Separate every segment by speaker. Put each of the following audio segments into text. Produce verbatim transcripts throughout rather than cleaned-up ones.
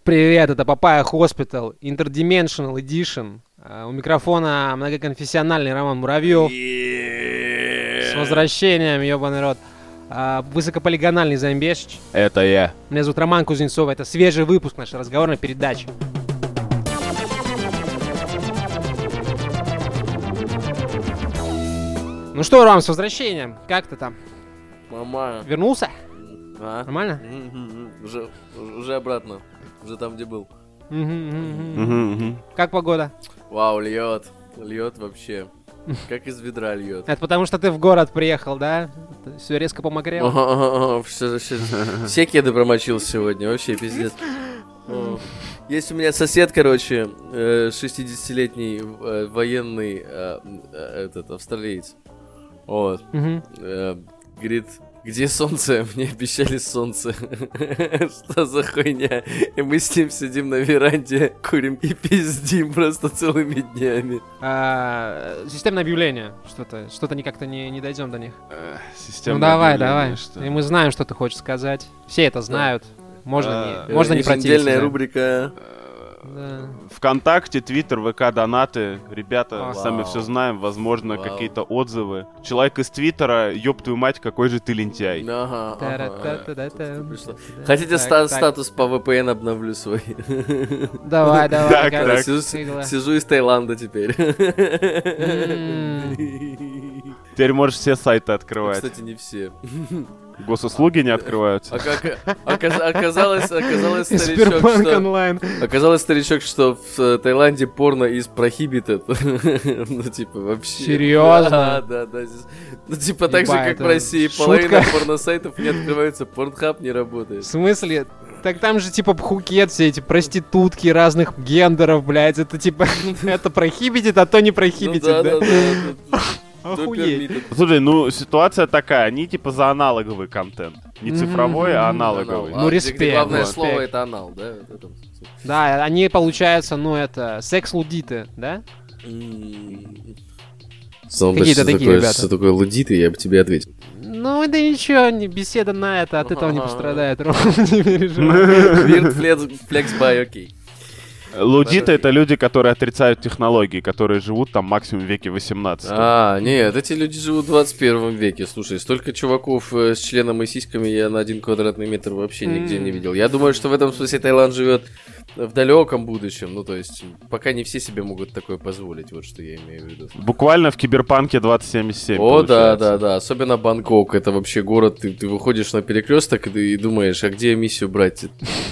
Speaker 1: Привет, это Papaya Hospital, Interdimensional Edition. Uh, у микрофона многоконфессиональный Роман Муравьев. Yeah. С возвращением, ёбаный рот. Uh, высокополигональный Замбешич.
Speaker 2: Это я.
Speaker 1: Меня зовут Роман Кузнецов, это свежий выпуск нашей разговорной передачи. Ну что, Ром, с возвращением. Как ты там?
Speaker 3: Мама.
Speaker 1: Вернулся?
Speaker 3: А?
Speaker 1: Нормально?
Speaker 3: Уже, уже обратно. Уже там, где был.
Speaker 1: Как погода?
Speaker 3: Вау, льет. Льет вообще. Как из ведра льет.
Speaker 1: Это потому что ты в город приехал, да? Все резко помокрело?
Speaker 3: Все кеды промочил сегодня. Вообще пиздец. Есть у меня сосед, короче, шестидесятилетний военный этот австралиец. Вот. Говорит, где солнце? Мне обещали солнце. Что за хуйня? И мы с ним сидим на веранде, курим и пиздим просто целыми днями.
Speaker 1: А, системное объявление. Что-то, что-то никак-то не, не дойдем до них.
Speaker 2: А,
Speaker 1: ну давай, давай. Что? И мы знаем, что ты хочешь сказать. Все это знают. Да. Можно, а, не, можно не противиться.
Speaker 3: Еженедельная рубрика.
Speaker 1: Да.
Speaker 2: ВКонтакте, Твиттер, ВК, донаты. Ребята,
Speaker 1: Вау.
Speaker 2: сами все знаем. Возможно,
Speaker 3: Вау.
Speaker 2: какие-то отзывы. Человек из Твиттера, ёб твою мать, какой же ты лентяй.
Speaker 3: Ага, ага. Хотите
Speaker 1: так,
Speaker 3: ста-
Speaker 1: так.
Speaker 3: статус по ви пи эн обновлю свой?
Speaker 1: Давай, давай.
Speaker 2: Так,
Speaker 1: как-
Speaker 2: так.
Speaker 3: Сижу, сижу из Таиланда теперь.
Speaker 2: Теперь можешь все сайты открывать.
Speaker 3: Кстати, не все.
Speaker 2: Госуслуги не открываются.
Speaker 3: А как оказ- оказалось, оказалось,
Speaker 1: И
Speaker 3: старичок,
Speaker 1: Сбербанк
Speaker 3: что...
Speaker 1: онлайн.
Speaker 3: Оказалось, старичок, что в Таиланде порно is prohibited. Ну, типа, вообще.
Speaker 1: Серьезно?
Speaker 3: Да, да, да. Здесь- Ну, типа, так же,
Speaker 1: Ебать,
Speaker 3: как
Speaker 1: это
Speaker 3: в России,
Speaker 1: шутка.
Speaker 3: половина порносайтов не открывается, Pornhub не
Speaker 1: В
Speaker 3: работает.
Speaker 1: смысле? Так там же типа Пхукет, все эти проститутки разных гендеров, блядь. Это типа, это прохибитит, а то не
Speaker 3: Ну
Speaker 1: прохибитит,
Speaker 3: да,
Speaker 1: да?
Speaker 3: да, да.
Speaker 1: Охуеть.
Speaker 2: Слушай, ну ситуация такая, они типа за аналоговый контент. Не цифровой, а аналоговый.
Speaker 1: Ну, респект,
Speaker 3: Главное
Speaker 1: респект.
Speaker 3: слово это анал, да? Вот это вот.
Speaker 1: Да, они, получается, ну это, секс-лудиты, да?
Speaker 3: Сам
Speaker 1: Какие-то
Speaker 3: что
Speaker 1: такие
Speaker 3: такое,
Speaker 1: ребята.
Speaker 3: что такое лудиты, я бы тебе ответил.
Speaker 1: Ну, это ничего, не беседа на это, от этого не пострадает, Рома, не переживай.
Speaker 3: Weird flex, flex by, окей.
Speaker 2: Лудиты — это люди, которые отрицают технологии, которые живут там максимум в веке восемнадцатом.
Speaker 3: А, нет, эти люди живут в двадцать первом веке. Слушай, столько чуваков э, с членом и сиськами я на один квадратный метр вообще нигде не видел. Я думаю, что в этом смысле Таиланд живет в далеком будущем. Ну, то есть, пока не все себе могут такое позволить. Вот что я имею в виду.
Speaker 2: Буквально в Киберпанке двадцать семьдесят семь.
Speaker 3: О, да,
Speaker 2: получается.
Speaker 3: да, да. Особенно Бангкок. Это вообще город. Ты, ты выходишь на перекресток и, ты- и думаешь, а где миссию брать?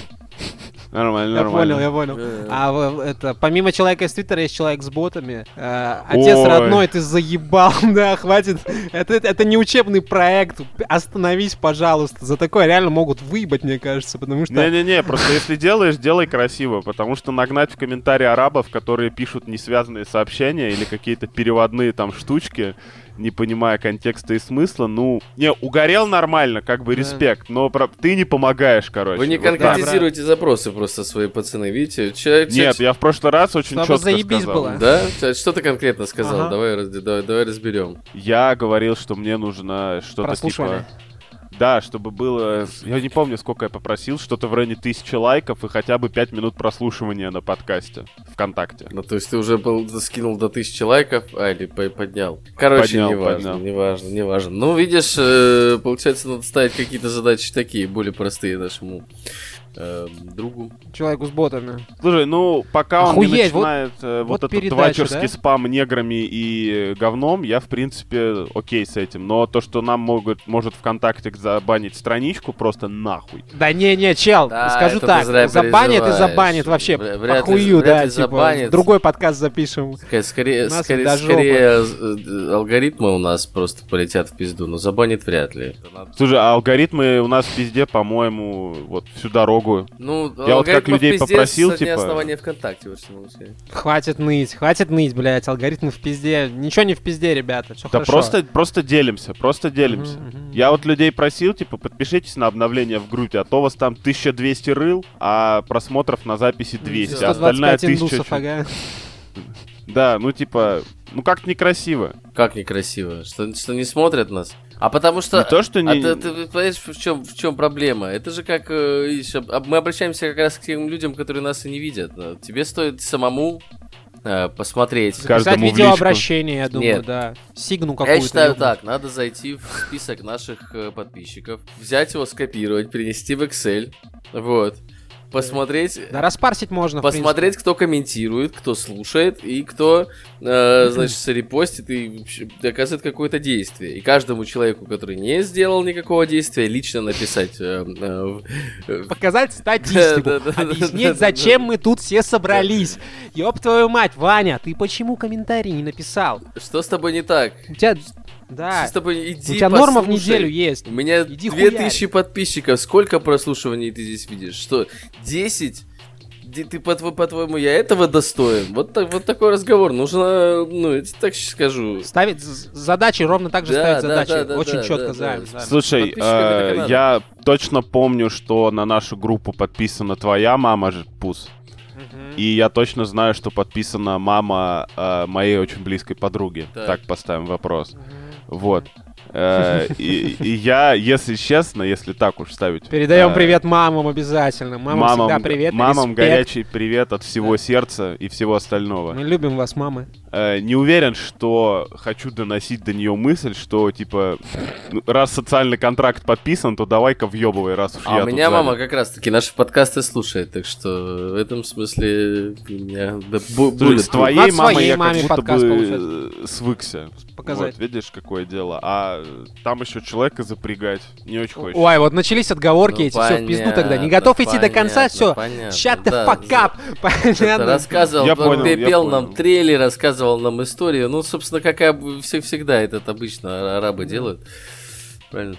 Speaker 2: Нормально,
Speaker 1: Я
Speaker 2: нормально.
Speaker 1: понял, я понял.
Speaker 3: Э.
Speaker 1: А в- это, помимо человека из Твиттера есть человек с ботами. Э, Отец
Speaker 2: Ой.
Speaker 1: родной, ты заебал, да, хватит. Это, это не учебный проект. Остановись, пожалуйста. За такое реально могут выебать, мне кажется, потому что...
Speaker 2: Не-не-не, просто если делаешь, делай красиво, потому что нагнать в комментарии арабов, которые пишут несвязанные сообщения или какие-то переводные там штучки, не понимая контекста и смысла, ну... Не, угорел нормально, как бы
Speaker 1: Да.
Speaker 2: респект, но про- ты не помогаешь, короче.
Speaker 3: Вы не
Speaker 2: Вот так.
Speaker 3: конкретизируете запросы просто свои пацаны, видите? Человек,
Speaker 2: Нет, я в прошлый раз очень
Speaker 1: Чтобы
Speaker 2: четко
Speaker 1: заебись
Speaker 2: сказал.
Speaker 1: было.
Speaker 3: Да? Что ты конкретно сказал?
Speaker 1: Ага.
Speaker 3: Давай, раз- давай, давай разберем.
Speaker 2: Я говорил, что мне нужно что-то
Speaker 1: Прослушивание.
Speaker 2: типа... Да, чтобы было... Я не помню, сколько я попросил, что-то в районе тысячи лайков и хотя бы пять минут прослушивания на подкасте ВКонтакте.
Speaker 3: Ну, то есть ты уже был, скинул до тысячи лайков, а, или по- поднял. Короче,
Speaker 2: Поднял,
Speaker 3: неважно,
Speaker 2: поднял.
Speaker 3: неважно, неважно. Ну, видишь, э, получается, надо ставить какие-то задачи такие, более простые нашему э, другу.
Speaker 1: Человеку с ботами.
Speaker 2: Слушай, ну, пока он
Speaker 1: Охуеть,
Speaker 2: не
Speaker 1: вот-
Speaker 2: начинает э, вот,
Speaker 1: вот
Speaker 2: этот
Speaker 1: передача,
Speaker 2: двачерский
Speaker 1: да?
Speaker 2: спам неграми и э, говном, я, в принципе, окей с этим. Но то, что нам могут, может ВКонтакте забанить страничку, просто нахуй.
Speaker 1: Да не-не, чел,
Speaker 3: Да,
Speaker 1: скажу
Speaker 3: это
Speaker 1: так,
Speaker 3: ты зря
Speaker 1: забанит и
Speaker 3: переживаешь.
Speaker 1: забанит вообще,
Speaker 3: Вря- вряд ли-
Speaker 1: похую,
Speaker 3: вряд
Speaker 1: да,
Speaker 3: ли
Speaker 1: типа,
Speaker 3: забанит.
Speaker 1: другой подкаст запишем.
Speaker 3: Скорее, скорее,
Speaker 1: Нас
Speaker 3: скорее,
Speaker 1: до жопы.
Speaker 3: скорее, э, алгоритмы у нас просто полетят в пизду, но забанит вряд ли. Это надо-
Speaker 2: Слушай, а алгоритмы у нас везде, по-моему, вот всю дорогу.
Speaker 3: Ну,
Speaker 2: Я вот как
Speaker 3: алгоритмов
Speaker 2: людей
Speaker 3: пиздец
Speaker 2: попросил,
Speaker 3: со дня
Speaker 2: типа-
Speaker 3: основания ВКонтакте, вот что могу сказать.
Speaker 1: Хватит ныть, хватит ныть, блядь, алгоритмы в пизде. Ничего не в пизде, ребята, все
Speaker 2: Да
Speaker 1: хорошо.
Speaker 2: просто, просто делимся, просто делимся.
Speaker 1: Мгм, мгм.
Speaker 2: Я вот людей просил, типа, подпишитесь на обновление в группе, а то у вас там тысяча двести рыл, а просмотров на записи двести,
Speaker 1: сто
Speaker 2: а
Speaker 1: двадцать
Speaker 2: остальная
Speaker 1: пять
Speaker 2: тысяча...
Speaker 1: индусов,
Speaker 2: чё-
Speaker 1: ага.
Speaker 2: Да, ну типа, ну как-то некрасиво.
Speaker 3: Как некрасиво, что, что не смотрят нас. А потому что...
Speaker 2: Не то, что не...
Speaker 3: А ты, ты понимаешь, в чем, в чем проблема? Это же как... э, видишь, об- мы обращаемся как раз к тем людям, которые нас и не видят. Э, Тебе стоит самому э, посмотреть.
Speaker 1: Записать
Speaker 2: каждому в личку.
Speaker 1: видеообращение, я думаю,
Speaker 3: Нет.
Speaker 1: да. Сигну какую-то.
Speaker 3: Я считаю
Speaker 1: ёбнуть.
Speaker 3: так, надо зайти в список наших э, подписчиков, взять его, скопировать, перенести в Excel, вот, посмотреть...
Speaker 1: Да распарсить можно, в
Speaker 3: Посмотреть, кто комментирует, кто слушает и кто, э, значит, репостит и вообще оказывает какое-то действие. И каждому человеку, который не сделал никакого действия, лично написать... э, э, в-
Speaker 1: принципе. Показать статистику.
Speaker 3: Да, да, да,
Speaker 1: Объяснить,
Speaker 3: да, да,
Speaker 1: зачем
Speaker 3: да.
Speaker 1: мы тут все собрались. Ёб твою мать, Ваня, ты почему комментарий не написал?
Speaker 3: Что с тобой не так?
Speaker 1: У тебя...
Speaker 3: Что
Speaker 1: Да.
Speaker 3: с тобой? Иди
Speaker 1: У тебя норма в
Speaker 3: послушай.
Speaker 1: неделю есть.
Speaker 3: У меня
Speaker 1: Иди
Speaker 3: две
Speaker 1: хуярь.
Speaker 3: тысячи подписчиков. Сколько прослушиваний ты здесь видишь? Что, десять? Ди- Ты, по- по-твоему, я этого достоин? Вот, так, вот такой разговор. Нужно, ну, я тебе так скажу.
Speaker 1: Ставить з- задачи, ровно так же
Speaker 3: Да,
Speaker 1: ставить
Speaker 3: да,
Speaker 1: задачи.
Speaker 3: да, да,
Speaker 1: Очень
Speaker 3: да,
Speaker 1: четко
Speaker 3: да,
Speaker 1: знаем.
Speaker 3: да.
Speaker 1: да.
Speaker 2: Слушай,
Speaker 3: Подписчикам это
Speaker 2: э,
Speaker 3: надо.
Speaker 2: я точно помню, что на нашу группу подписана твоя мама же, Пус.
Speaker 1: Мгм.
Speaker 2: И я точно знаю, что подписана мама э, моей очень близкой подруги.
Speaker 3: Так.
Speaker 2: Так поставим вопрос.
Speaker 1: Мгм.
Speaker 2: Вот. Э, И и я, если честно, если так уж ставить...
Speaker 1: Передаем
Speaker 2: э,
Speaker 1: привет мамам обязательно. Мамам,
Speaker 2: Мамам,
Speaker 1: всегда привет. и
Speaker 2: мамам
Speaker 1: респект.
Speaker 2: горячий привет от всего сердца и всего остального.
Speaker 1: Мы любим вас, мамы.
Speaker 2: Э, не уверен, что хочу доносить до нее мысль, что, типа, ну, раз социальный контракт подписан, то давай-ка въебывай, раз уж
Speaker 3: А
Speaker 2: я
Speaker 3: у меня
Speaker 2: тут
Speaker 3: мама
Speaker 2: занят.
Speaker 3: как раз-таки наши подкасты слушает, так что в этом смысле у меня да, бу-
Speaker 2: Слушай,
Speaker 3: будет
Speaker 2: с твоей
Speaker 1: Надо
Speaker 2: мамой
Speaker 1: своей
Speaker 2: я
Speaker 1: маме
Speaker 2: как будто
Speaker 1: подкаст
Speaker 2: бы э, свыкся.
Speaker 1: Показать.
Speaker 2: Вот, видишь, какое дело. А э, там еще человека запрягать не очень хочется.
Speaker 1: Ой, вот начались отговорки
Speaker 3: Ну,
Speaker 1: эти, все в пизду тогда. Не
Speaker 3: понятно,
Speaker 1: готов идти до конца,
Speaker 3: понятно,
Speaker 1: все.
Speaker 3: понятно,
Speaker 1: Shut the
Speaker 3: да,
Speaker 1: fuck
Speaker 3: за-
Speaker 1: up.
Speaker 3: Что-то
Speaker 1: Понятно?
Speaker 3: рассказывал,
Speaker 2: Я
Speaker 3: пел
Speaker 2: понял, я
Speaker 3: пел нам
Speaker 2: понял.
Speaker 3: трейлер, рассказывал нам историю. Ну, собственно, как и об- все- всегда это обычно арабы делают. Правильно?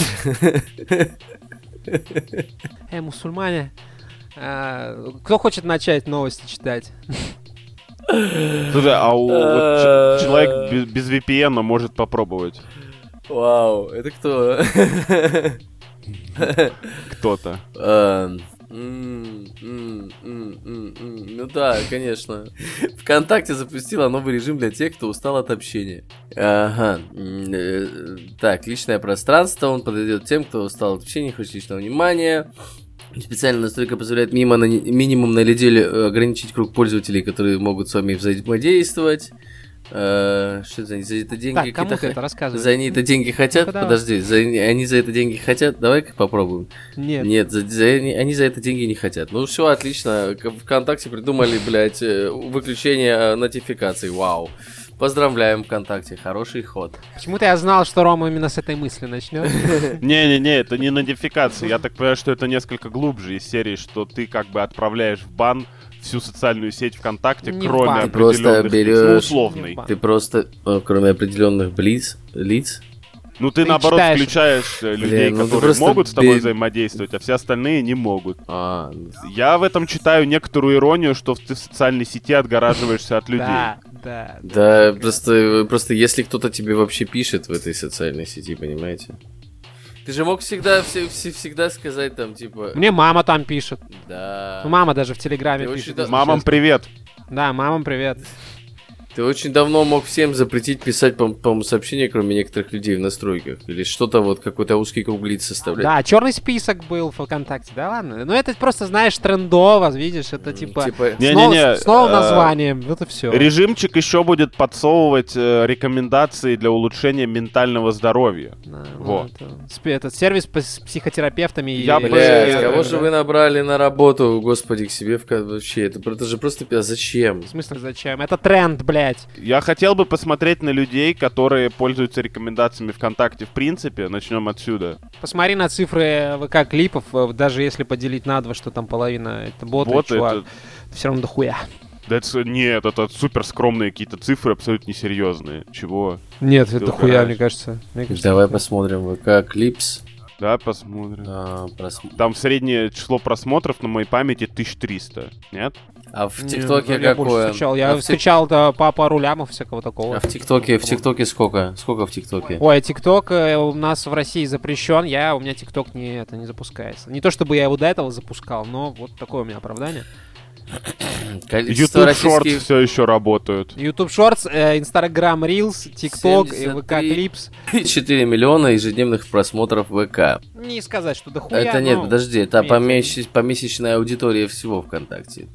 Speaker 1: Эй, мусульмане. а, Кто хочет начать новости читать?
Speaker 2: Слушай, а у, вот ч- человек без, без ви пи эн может попробовать
Speaker 3: Вау, это кто?
Speaker 2: кто-то.
Speaker 3: Эм, м, м, м, м, м. Ну да, конечно. ВКонтакте запустила новый режим для тех, кто устал от общения. Ага. М, э, Так, личное пространство. Он подойдет тем, кто устал от общения, хочет личного внимания. Специальная настройка позволяет мимо на, минимум на неделю э, ограничить круг пользователей, которые могут с вами взаимодействовать. Э, Что это за, за это деньги?
Speaker 1: Так, кому
Speaker 3: какие-то
Speaker 1: ты
Speaker 3: х-
Speaker 1: это рассказываешь?
Speaker 3: За они это деньги хотят?
Speaker 1: Ну-ка, давай.
Speaker 3: Подожди, за, они за это деньги хотят? Давай-ка попробуем.
Speaker 1: Нет.
Speaker 3: Нет, за, за- они, они за это деньги не хотят. Ну все, отлично. К- ВКонтакте придумали, блядь, э, выключение э, нотификаций. Вау. Поздравляем, ВКонтакте. Хороший ход.
Speaker 1: Почему-то я знал, что Рома именно с этой мысли начнет.
Speaker 2: Не-не-не, это не нотификация. Я так понимаю, что это несколько глубже из серии, что ты как бы отправляешь в бан всю социальную сеть ВКонтакте,
Speaker 1: Не в
Speaker 2: кроме
Speaker 1: бан.
Speaker 3: Ты просто
Speaker 2: определенных лиц.
Speaker 3: берешь-
Speaker 2: Ну, условный.
Speaker 1: Не в бан.
Speaker 3: Ты просто, э, кроме определенных блиц, лиц,
Speaker 2: Ну, ты,
Speaker 1: Ты
Speaker 2: наоборот,
Speaker 1: читаешь.
Speaker 2: включаешь э, людей,
Speaker 3: ну ты
Speaker 2: которые
Speaker 3: просто
Speaker 2: могут с тобой
Speaker 3: бе-
Speaker 2: взаимодействовать, а все остальные не могут.
Speaker 3: а,
Speaker 2: Я в этом читаю некоторую иронию, что ты в социальной сети отгораживаешься от людей.
Speaker 1: Да, да.
Speaker 3: да, просто, просто если кто-то тебе вообще пишет в этой социальной сети, понимаете? Ты же мог всегда, все, все- всегда сказать там, типа,
Speaker 1: Мне мама там пишет.
Speaker 3: да.
Speaker 1: Ну, мама даже в Телеграме
Speaker 3: Ты очень
Speaker 1: пишет.
Speaker 3: да-
Speaker 1: если
Speaker 2: Мамам
Speaker 1: честно.
Speaker 2: привет.
Speaker 1: Да, мамам привет.
Speaker 3: Ты очень давно мог всем запретить писать, по- по-моему, сообщения, кроме некоторых людей в настройках. Или что-то вот, какой-то узкий круг лиц составлять.
Speaker 1: Да, черный список был в ВКонтакте, да ладно. Ну это просто, знаешь, трендово, видишь, это
Speaker 3: М,
Speaker 1: типа...
Speaker 3: типа,
Speaker 1: С,
Speaker 2: Не-не-не,
Speaker 1: нов- с новым
Speaker 2: э,
Speaker 1: названием, это все.
Speaker 2: Режимчик еще будет подсовывать э, рекомендации для улучшения ментального здоровья. Во.
Speaker 1: Этот сервис по- с психотерапевтами. и-
Speaker 2: Я бы-
Speaker 3: блядь,
Speaker 2: э,
Speaker 3: кого же вы набрали на работу, господи, к себе в ка- вообще? Это, это же просто... пи- а Зачем?
Speaker 1: В смысле, зачем? Это тренд, блядь.
Speaker 2: Я хотел бы посмотреть на людей, которые пользуются рекомендациями ВКонтакте в принципе. Начнем отсюда.
Speaker 1: Посмотри на цифры ВК-клипов, э, даже если поделить на два, что там половина это боты,
Speaker 2: Вот
Speaker 1: чувак.
Speaker 2: это...
Speaker 1: Все равно дохуя.
Speaker 2: да это- нет, это супер скромные какие-то цифры, абсолютно несерьезные. Чего?
Speaker 1: Нет,
Speaker 2: Ты
Speaker 1: это дохуя,
Speaker 2: угораешь.
Speaker 1: мне кажется. Мне кажется,
Speaker 3: Давай
Speaker 1: дохуя.
Speaker 3: посмотрим ВК Клипс.
Speaker 2: Да, посмотрим.
Speaker 3: А, прос-
Speaker 2: Там среднее число просмотров на моей памяти тысяча триста, нет?
Speaker 3: а в
Speaker 1: Не,
Speaker 3: ТикТоке
Speaker 1: ну, я больше
Speaker 3: какое?
Speaker 1: встречал.
Speaker 3: А
Speaker 1: Я
Speaker 3: в Тик-
Speaker 1: встречал да, по пару лямов всякого такого.
Speaker 3: А в ТикТоке, в ТикТоке сколько? Сколько в ТикТоке?
Speaker 1: Ой, ТикТок э, у нас в России запрещен, я, у меня ТикТок не, это, не запускается. Не то чтобы я его до этого запускал, но вот такое у меня оправдание.
Speaker 2: YouTube Shorts все еще работают.
Speaker 1: YouTube Shorts, э, Instagram Reels, TikTok, ВК Clips.
Speaker 3: четыре миллиона ежедневных просмотров ВК.
Speaker 1: Не сказать, что дохуя,
Speaker 3: Это нет, подожди, это помесяч... помесячная аудитория всего ВКонтакте.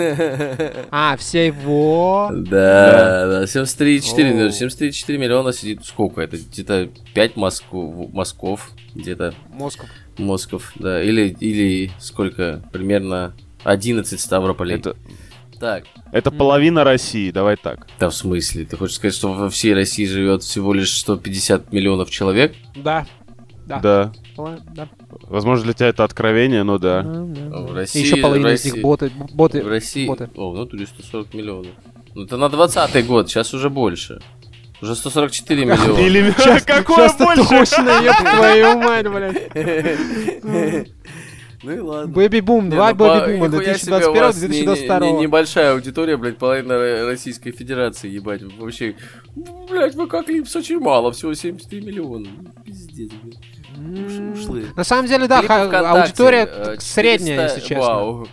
Speaker 1: А, всего?
Speaker 3: Да, да, семьдесят три целых четыре миллиона сидит. Сколько это? Где-то пять Москов, Москов, где-то.
Speaker 1: Москов.
Speaker 3: Москов, да, или, или сколько? Примерно одиннадцать Ставрополей.
Speaker 2: Это...
Speaker 3: Так.
Speaker 2: Это половина России, давай так.
Speaker 3: Да, в смысле? Ты хочешь сказать, что во всей России живет всего лишь сто пятьдесят миллионов человек?
Speaker 1: Да. Да.
Speaker 2: Да.
Speaker 1: да.
Speaker 2: Возможно, для тебя это откровение, но да.
Speaker 1: да, да.
Speaker 3: В России,
Speaker 1: еще половина
Speaker 3: России,
Speaker 1: из них боты. боты
Speaker 3: в России...
Speaker 1: боты.
Speaker 3: О, ну тут сто сорок миллионов. Ну это на двадцатый год, сейчас уже больше. Уже сто сорок четыре миллиона.
Speaker 2: Или какое больше?
Speaker 1: Точно, ёб твою мать, блядь.
Speaker 3: Ну и ладно.
Speaker 1: Бэби-бум, два бэби-бума, две тысячи двадцать первого - две тысячи двадцать второго.
Speaker 3: Небольшая аудитория, блядь, половина Российской Федерации, ебать. Вообще, блядь, ВК Клипс очень мало, всего семьдесят три миллиона. Пиздец, блядь. Ушлые.
Speaker 1: На самом деле, да, аудитория средняя, если честно.
Speaker 3: Вау.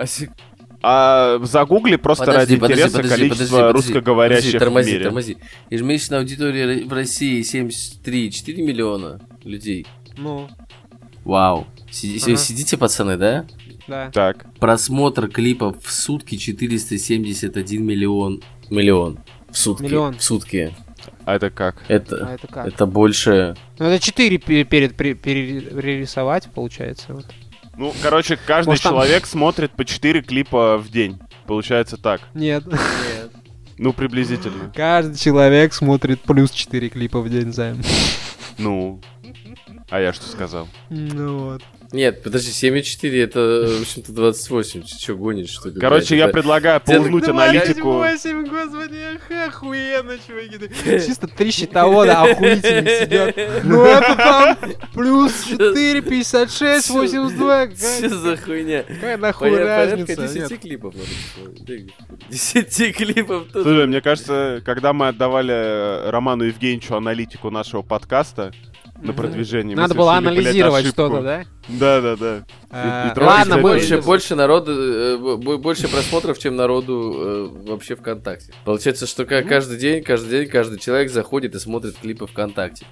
Speaker 2: А загугли просто
Speaker 3: подожди,
Speaker 2: ради
Speaker 3: подожди,
Speaker 2: интереса
Speaker 3: подожди,
Speaker 2: количество
Speaker 3: подожди,
Speaker 2: русскоговорящих
Speaker 3: подожди, тормози,
Speaker 2: в мире.
Speaker 3: Тормози. Ежемесячная аудитория в России семьдесят три целых четыре миллиона людей.
Speaker 1: Ну.
Speaker 3: Вау. Сиди,
Speaker 1: ага.
Speaker 3: Сидите, пацаны, да?
Speaker 1: Да.
Speaker 2: Так.
Speaker 3: Просмотр клипов в сутки четыреста семьдесят один миллион. Миллион. В сутки.
Speaker 1: Миллион.
Speaker 3: В сутки.
Speaker 2: А это как?
Speaker 3: Это,
Speaker 1: а это, как?
Speaker 3: это больше...
Speaker 1: Ну, это четыре перед перерисовать, получается. Вот.
Speaker 2: Ну, короче, каждый
Speaker 1: Может, там...
Speaker 2: человек смотрит по четыре клипа в день. Получается так.
Speaker 1: Нет.
Speaker 3: Нет.
Speaker 2: Ну, приблизительно.
Speaker 1: Каждый человек смотрит плюс четыре клипа в день, Займ.
Speaker 2: Ну, а я что сказал?
Speaker 1: Ну вот.
Speaker 3: Нет, подожди, семь и четыре это, в общем-то, двадцать восемь. Ты что, гонишь, что ли?
Speaker 2: Короче,
Speaker 3: блядь,
Speaker 2: я
Speaker 3: это...
Speaker 2: предлагаю ползнуть аналитику.
Speaker 1: двадцать восемь, господи, охуенно, чуваки. Чисто три счетовода охуительно сидят. Ну это там плюс четыре, пятьдесят шесть, восемьдесят два.
Speaker 3: Что за хуйня?
Speaker 1: Какая нахуй разница?
Speaker 3: Порядка десяти клипов надо. десяти клипов тоже.
Speaker 2: Слушай, мне кажется, когда мы отдавали Роману Евгеньевичу аналитику нашего подкаста, на продвижение.
Speaker 1: Надо было анализировать что-то, да?
Speaker 2: Да, да, да.
Speaker 1: А,
Speaker 2: и, и
Speaker 1: ладно,
Speaker 3: больше, больше народу, э, больше просмотров, чем народу э, вообще ВКонтакте. Получается, что каждый день, каждый день, каждый человек заходит и смотрит клипы ВКонтакте.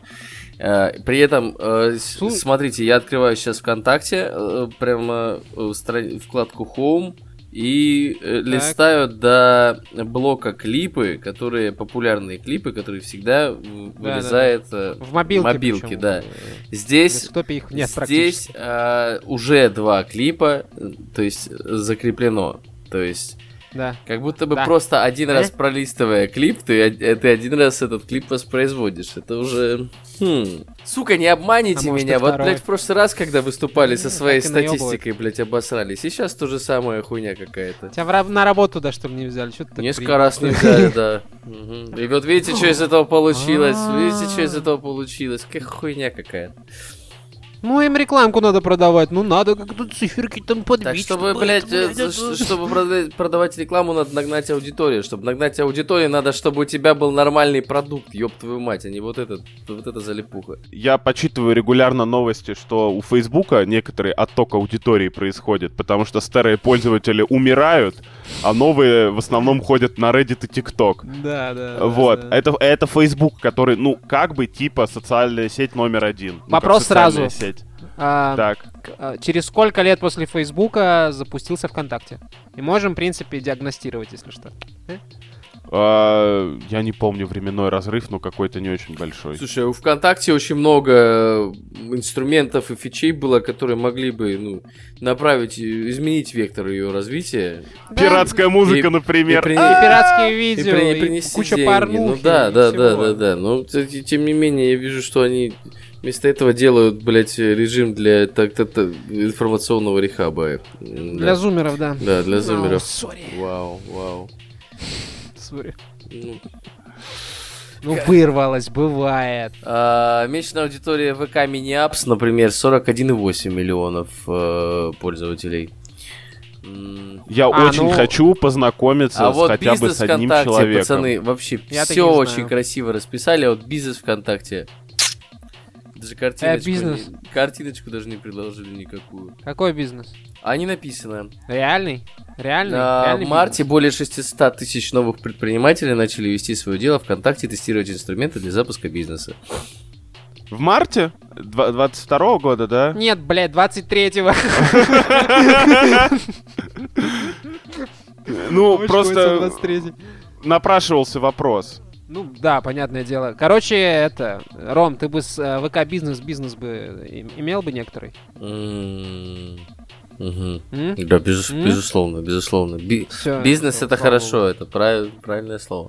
Speaker 3: Э, при этом, э, с, смотрите, я открываю сейчас ВКонтакте, э, прямо в страни- вкладку Home. И э, листаю до блока клипы, которые популярные клипы, которые всегда вылезают да, да.
Speaker 1: в мобилке,
Speaker 3: мобилке да. Здесь,
Speaker 1: их нет
Speaker 3: здесь э, уже два клипа, то есть закреплено, то есть.
Speaker 1: Да.
Speaker 3: Как будто бы
Speaker 1: да.
Speaker 3: просто один
Speaker 1: а?
Speaker 3: раз пролистывая клип, ты, ты один раз этот клип воспроизводишь. Это уже... Хм. Сука, не обманите а меня. Вот, блядь, в прошлый раз, когда выступали со своей статистикой, блядь, обосрались. И сейчас то же самое хуйня какая-то.
Speaker 1: Тебя на работу, да, что ли, не взяли?
Speaker 3: Несколько раз не взяли, да. И вот видите, что из этого получилось. Видите, что из этого получилось. Какая хуйня какая-то.
Speaker 1: Ну, им рекламку надо продавать. Ну, надо как-то циферки там подбить.
Speaker 3: Так, чтобы, блядь, блядь чтобы продавать, продавать рекламу, надо нагнать аудиторию. Чтобы нагнать аудиторию, надо, чтобы у тебя был нормальный продукт, ёб твою мать, а не вот этот, вот это залипуха.
Speaker 2: Я почитываю регулярно новости, что у Фейсбука некоторый отток аудитории происходит, потому что старые пользователи умирают, а новые в основном ходят на Reddit и TikTok.
Speaker 1: Да, да.
Speaker 2: Вот.
Speaker 1: Да, да.
Speaker 2: Это, это Facebook, который, ну, как бы, типа, социальная сеть номер один.
Speaker 1: Вопрос
Speaker 2: ну,
Speaker 1: сразу.
Speaker 2: Сеть.
Speaker 1: А,
Speaker 2: так.
Speaker 1: К- через сколько лет после Фейсбука запустился ВКонтакте? И можем, в принципе, диагностировать, если что. Э?
Speaker 2: А, я не помню временной разрыв, но какой-то не очень большой.
Speaker 3: Слушай, у ВКонтакте очень много инструментов и фичей было, которые могли бы, ну, направить, изменить вектор ее развития.
Speaker 2: Пиратская музыка,
Speaker 3: и,
Speaker 2: например.
Speaker 1: И, при... и пиратские видео,
Speaker 3: и,
Speaker 1: и,
Speaker 3: и
Speaker 1: куча
Speaker 3: деньги.
Speaker 1: порнухи.
Speaker 3: Ну да, да, да, да, да. Но тем не менее, я вижу, что они вместо этого делают, блядь, режим для так, так, так, информационного рехаба.
Speaker 1: Для
Speaker 3: да.
Speaker 1: зумеров, да.
Speaker 3: Да, для зумеров.
Speaker 1: Oh,
Speaker 3: вау, вау.
Speaker 1: Sorry.
Speaker 3: Ну,
Speaker 1: ну вырвалось, бывает.
Speaker 3: А, месячная аудитория ВК Mini-Apps, например, сорок один целых восемь десятых миллионов э, пользователей.
Speaker 2: Я
Speaker 1: а,
Speaker 2: очень
Speaker 1: ну...
Speaker 2: хочу познакомиться
Speaker 3: а
Speaker 2: с
Speaker 3: вот
Speaker 2: хотя бы с одним
Speaker 3: ВКонтакте,
Speaker 2: человеком.
Speaker 3: Пацаны, вообще
Speaker 1: Я
Speaker 3: все очень красиво расписали. А вот бизнес ВКонтакте. Даже картиночку,
Speaker 1: Э, бизнес.
Speaker 3: не- картиночку даже не предложили никакую.
Speaker 1: Какой бизнес?
Speaker 3: А не написано.
Speaker 1: Реальный? Реальный?
Speaker 3: На
Speaker 1: Реальный
Speaker 3: марте
Speaker 1: бизнес?
Speaker 3: более шестьсот тысяч новых предпринимателей начали вести свое дело ВКонтакте и тестировать инструменты для запуска бизнеса.
Speaker 2: В марте Два- двадцать второго года, да?
Speaker 1: Нет, блядь, двадцать третьего.
Speaker 2: Ну,
Speaker 1: Очень
Speaker 2: просто
Speaker 1: хочется двадцать третий.
Speaker 2: напрашивался вопрос.
Speaker 1: Ну, да, понятное дело. Короче, это... Ром, ты бы с э, ВК-бизнес, бизнес бы им- имел бы некоторый?
Speaker 3: М, мгм.
Speaker 1: М?
Speaker 3: Да, безус-
Speaker 1: М?
Speaker 3: безусловно, безусловно. Би-
Speaker 1: Всё,
Speaker 3: Бизнес
Speaker 1: всё,
Speaker 3: это
Speaker 1: слава
Speaker 3: хорошо,
Speaker 1: богу.
Speaker 3: это прав- правильное слово.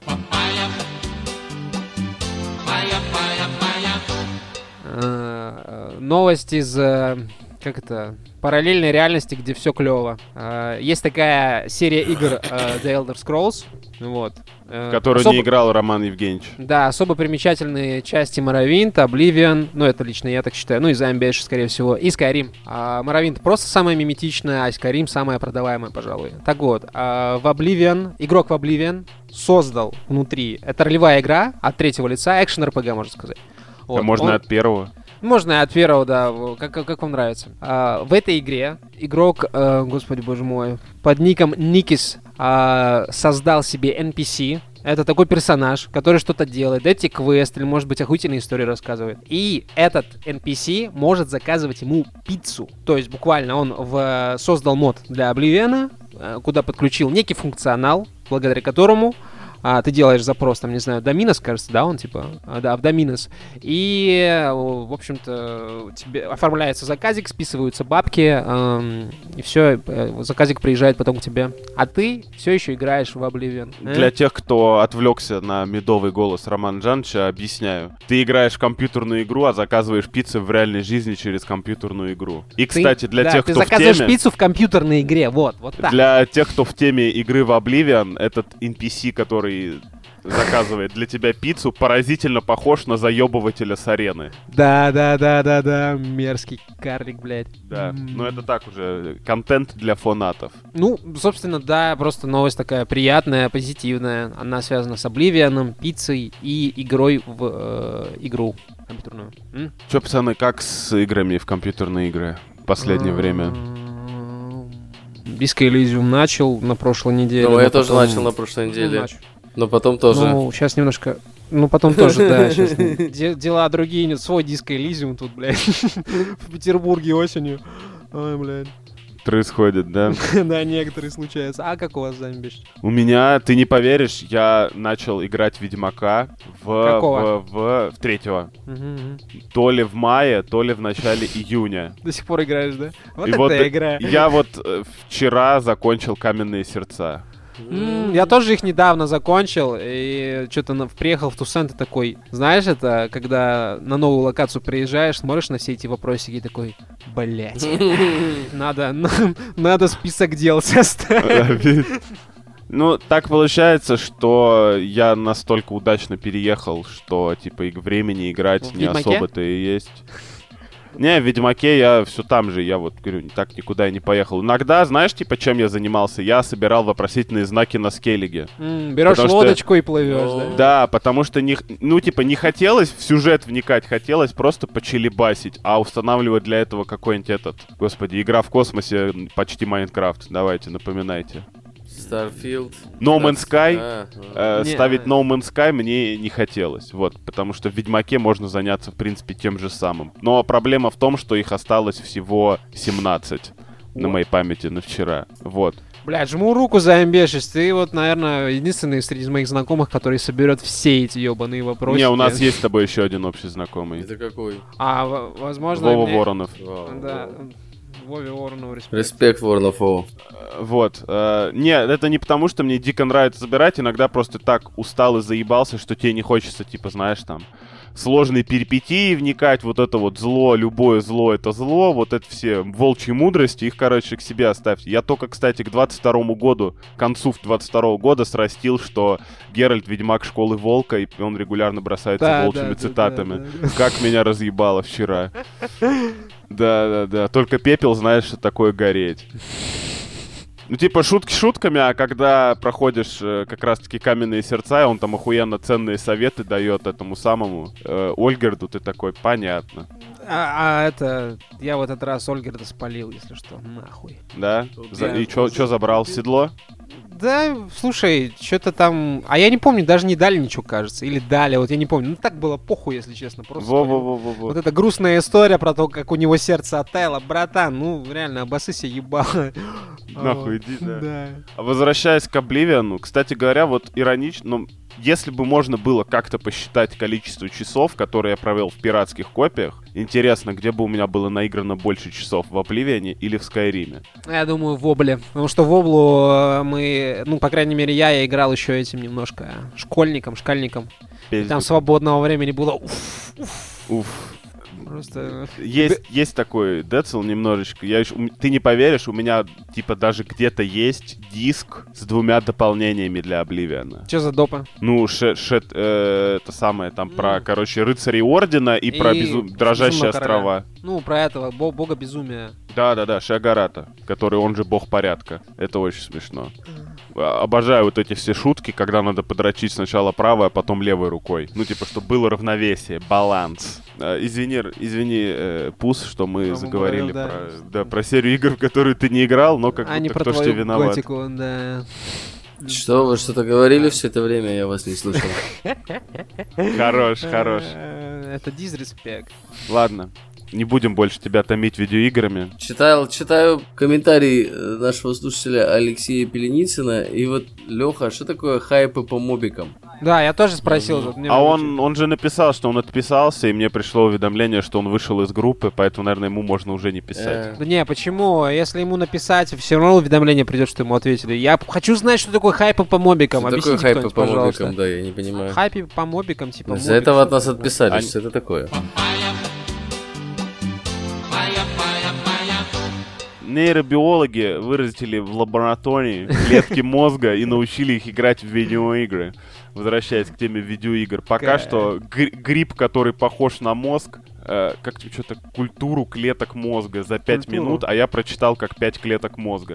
Speaker 1: Э, Новость из... э, Как это? Параллельной реальности, где все клево. Есть такая серия игр э, The Elder Scrolls. Вот. Э,
Speaker 2: Которую
Speaker 1: особо-
Speaker 2: не играл Роман Евгеньевич.
Speaker 1: Да, особо примечательные части Morrowind, Oblivion, ну это лично я так считаю, ну и Zombie Ashes, скорее всего, и Skyrim. А Morrowind просто самая миметичная, а Skyrim самая продаваемая, пожалуй. Так вот, а, в Oblivion, игрок в Oblivion создал внутри, это ролевая игра от третьего лица, экшен-эр пи джи, можно сказать.
Speaker 2: Да
Speaker 1: Вот,
Speaker 2: можно
Speaker 1: он-
Speaker 2: от первого.
Speaker 1: Можно и от первого, да, в- как, как, как вам нравится. А, в этой игре игрок, э, господи боже мой, под ником Никис а, создал себе эн пи си. Это такой персонаж, который что-то делает, дает тебе квест, или, может быть, охуительные истории рассказывает. И этот эн пи си может заказывать ему пиццу. То есть, буквально, он в, создал мод для Oblivion, э, куда подключил некий функционал, благодаря которому а, ты делаешь запрос, там, не знаю, Доминос, кажется, да, он типа, а, да, в Доминос. И, э, в общем-то, тебе оформляется заказик, списываются бабки, эм, и все, заказик приезжает потом к тебе. А ты все еще играешь в Oblivion. э?
Speaker 2: Для тех, кто отвлекся на медовый голос Романа Джановича, объясняю. Ты играешь в компьютерную игру, а заказываешь пиццу в реальной жизни через компьютерную игру. И,
Speaker 1: Ты-
Speaker 2: кстати, для
Speaker 1: да,
Speaker 2: тех,
Speaker 1: ты
Speaker 2: кто в
Speaker 1: заказываешь
Speaker 2: теме...
Speaker 1: пиццу в компьютерной игре, вот, вот так.
Speaker 2: Для тех, кто в теме игры в Oblivion, этот эн пи си, который заказывает для тебя пиццу, поразительно похож на заебывателя с арены.
Speaker 1: Да, да, да, да, да, мерзкий карлик, блядь.
Speaker 2: Да,
Speaker 1: М.
Speaker 2: но это так уже, контент для фанатов.
Speaker 1: Ну, собственно, да, просто новость такая приятная, позитивная. Она связана с Обливианом, пиццей и игрой в э, игру компьютерную. М?
Speaker 2: Чё, пацаны, как с играми в компьютерные игры в последнее время?
Speaker 1: М, Disco Elysium начал на прошлой неделе.
Speaker 3: Ну,
Speaker 1: но
Speaker 3: я тоже
Speaker 1: потом-
Speaker 3: начал на прошлой
Speaker 1: Ну,
Speaker 3: неделе.
Speaker 1: начал.
Speaker 3: Но потом тоже.
Speaker 1: Ну, сейчас немножко... Ну, потом тоже, да, сейчас. де- Дела другие, нет, свой Disco Elysium тут, блядь, в Петербурге осенью. Ой, блядь.
Speaker 2: Происходит, да?
Speaker 1: Да, некоторые случаются. А как у вас, Замбиш?
Speaker 2: У меня, ты не поверишь, я начал играть в Ведьмака в,
Speaker 1: Какого?
Speaker 2: в, в, в третьего.
Speaker 1: Мгм, мгм.
Speaker 2: То ли в мае, то ли в начале июня.
Speaker 1: До сих пор играешь, да? Вот
Speaker 2: И
Speaker 1: это
Speaker 2: вот
Speaker 1: игра.
Speaker 2: я вот э, вчера закончил «Каменные сердца».
Speaker 1: М, Я тоже их недавно закончил, и что-то приехал в Туссен, ты такой, знаешь, это когда на новую локацию приезжаешь, смотришь на все эти вопросики и такой, блять, надо, надо список дел составить.
Speaker 2: Ну, так получается, что я настолько удачно переехал, что, типа, и времени играть
Speaker 1: В
Speaker 2: не
Speaker 1: «Ведьмаке»?
Speaker 2: особо-то и есть. Не, в «Ведьмаке» я все там же, я вот, говорю, так никуда и не поехал. Иногда, знаешь, типа, чем я занимался? Я собирал вопросительные знаки на скейлиге.
Speaker 1: М, Берешь
Speaker 2: Потому что-
Speaker 1: лодочку и плывешь,
Speaker 3: Ну,
Speaker 1: да?
Speaker 2: Да, потому что, не, х- ну, типа, не хотелось в сюжет вникать, хотелось просто почелебасить, а устанавливать для этого какой-нибудь этот... Господи, игра в космосе, м, почти Майнкрафт, давайте, напоминайте.
Speaker 3: Starfield.
Speaker 2: No Man's Sky.
Speaker 3: А, а.
Speaker 2: Э,
Speaker 1: Не,
Speaker 2: ставить
Speaker 1: а-
Speaker 2: No Man's Sky мне не хотелось, вот, потому что в Ведьмаке можно заняться, в принципе, тем же самым. Но проблема в том, что их осталось всего семнадцать на
Speaker 1: Вот.
Speaker 2: моей памяти на вчера, вот.
Speaker 1: Блядь, жму руку за Амбешись. Ты вот, наверное, единственный среди моих знакомых, который соберет все эти ебаные вопросы.
Speaker 2: Не, у нас есть с тобой еще один общий знакомый.
Speaker 3: Это какой?
Speaker 1: А, в- возможно...
Speaker 2: Вова
Speaker 1: мне-
Speaker 2: Воронов.
Speaker 3: Вау.
Speaker 1: Да, Вове Воронову респект.
Speaker 3: Респект, Воронов. О.
Speaker 2: Э, Вот. э, Не, это не потому, что мне дико нравится забирать, иногда просто так устал и заебался, что тебе не хочется, типа, знаешь, там, сложные перипетии вникать, вот это вот зло, любое зло — это зло, вот это все волчьи мудрости, их, короче, к себе оставьте. Я только, кстати, к двадцать второму году, к концу двадцать второго года срастил, что Геральт — ведьмак школы волка, и он регулярно бросается
Speaker 1: Да,
Speaker 2: волчьими
Speaker 1: да, да,
Speaker 2: цитатами.
Speaker 1: да, да.
Speaker 2: Как меня разъебало вчера. Да-да-да, только пепел, знаешь, что такое гореть. Ну, типа, шутки шутками, а когда проходишь э, как раз-таки каменные сердца, и он там охуенно ценные советы дает этому самому э, Ольгерду, ты такой, понятно.
Speaker 1: А, а это... Я в этот раз Ольгерда спалил, если что. Нахуй.
Speaker 2: Да? За-
Speaker 1: Да.
Speaker 2: и чё чё забрал? Седло?
Speaker 1: Да, слушай, что-то там... А я не помню, даже не дали ничего, кажется. Или дали, вот я не помню. Ну, так было похуй, если честно. Просто спалил.
Speaker 2: Во-во-во-во-во.
Speaker 1: Вот эта грустная история про то, как у него сердце оттаяло. Братан, ну, реально, обосы себе ебало.
Speaker 2: Нахуй иди, да.
Speaker 1: Да.
Speaker 2: А возвращаясь к Обливиану, кстати говоря, вот иронично, ну, если бы можно было как-то посчитать количество часов, которые я провел в пиратских копиях, интересно, где бы у меня было наиграно больше часов, в Обливиане или в Скайриме?
Speaker 1: Я думаю, в Обле. Потому что в Облу э, мы, ну, по крайней мере, я, я играл еще этим немножко школьником, шкальником. И там свободного времени было уф, уф.
Speaker 2: Уф.
Speaker 1: Просто...
Speaker 2: Есть, есть такой децл немножечко. Я еще, ты не поверишь, у меня типа даже где-то есть диск с двумя дополнениями для Обливиана.
Speaker 1: Что за допа?
Speaker 2: Ну, шет, шет, э, это самое, там
Speaker 1: Mm.
Speaker 2: про, короче, рыцарей Ордена и,
Speaker 1: И
Speaker 2: про безу... дрожащие
Speaker 1: Безумного
Speaker 2: острова.
Speaker 1: короля. Ну, про этого, бо- бога безумия.
Speaker 2: Да-да-да, Шиагарата, который он же бог порядка. Это очень смешно. Обожаю вот эти все шутки, когда надо подрочить сначала правой, а потом левой рукой. Ну, типа, чтобы было равновесие, баланс. А, Извини, извини, э, Пус, что мы
Speaker 1: Что мы
Speaker 2: заговорили
Speaker 1: говорим, да.
Speaker 2: про, да, про серию игр, в которую ты не играл, но как
Speaker 1: А не
Speaker 2: будто
Speaker 1: про
Speaker 2: кто ж
Speaker 1: твою
Speaker 2: тебе виноват.
Speaker 1: готику, да.
Speaker 3: Что, вы что-то говорили все это время, я вас не слышал.
Speaker 2: Хорош, хорош.
Speaker 1: Э, Это дизреспект.
Speaker 2: Ладно, не будем больше тебя томить видеоиграми.
Speaker 3: Читал, читаю комментарий э, нашего слушателя Алексея Пеленицына, и вот, Леха, что такое хайпы по мобикам?
Speaker 1: Да, я тоже спросил. тут мне
Speaker 2: А
Speaker 1: очень-
Speaker 2: он, он же написал, что он отписался, и мне пришло уведомление, что он вышел из группы, поэтому, наверное, ему можно уже не писать.
Speaker 3: Э,
Speaker 1: Да не, почему? Если ему написать, все равно уведомление придет, что ему ответили. Я п- хочу знать, что такое хайпы по мобикам.
Speaker 3: Что такое
Speaker 1: Объясните
Speaker 3: хайпы
Speaker 1: кто-нибудь,
Speaker 3: по
Speaker 1: пожалуйста.
Speaker 3: мобикам, да, я не понимаю.
Speaker 1: Хайпы по мобикам, типа
Speaker 3: За
Speaker 1: мобик,
Speaker 3: этого
Speaker 1: что
Speaker 3: от нас
Speaker 1: такое?
Speaker 3: отписались,
Speaker 2: Они-
Speaker 3: что это такое?
Speaker 2: Нейробиологи вырастили в лаборатории клетки мозга и научили их играть в видеоигры. Возвращаясь к теме видеоигр. Пока
Speaker 1: Кайф.
Speaker 2: что гри- гриб, который похож на мозг, э, как что-то культуру клеток мозга за пять
Speaker 1: Культуру.
Speaker 2: минут, а я прочитал как пять клеток мозга.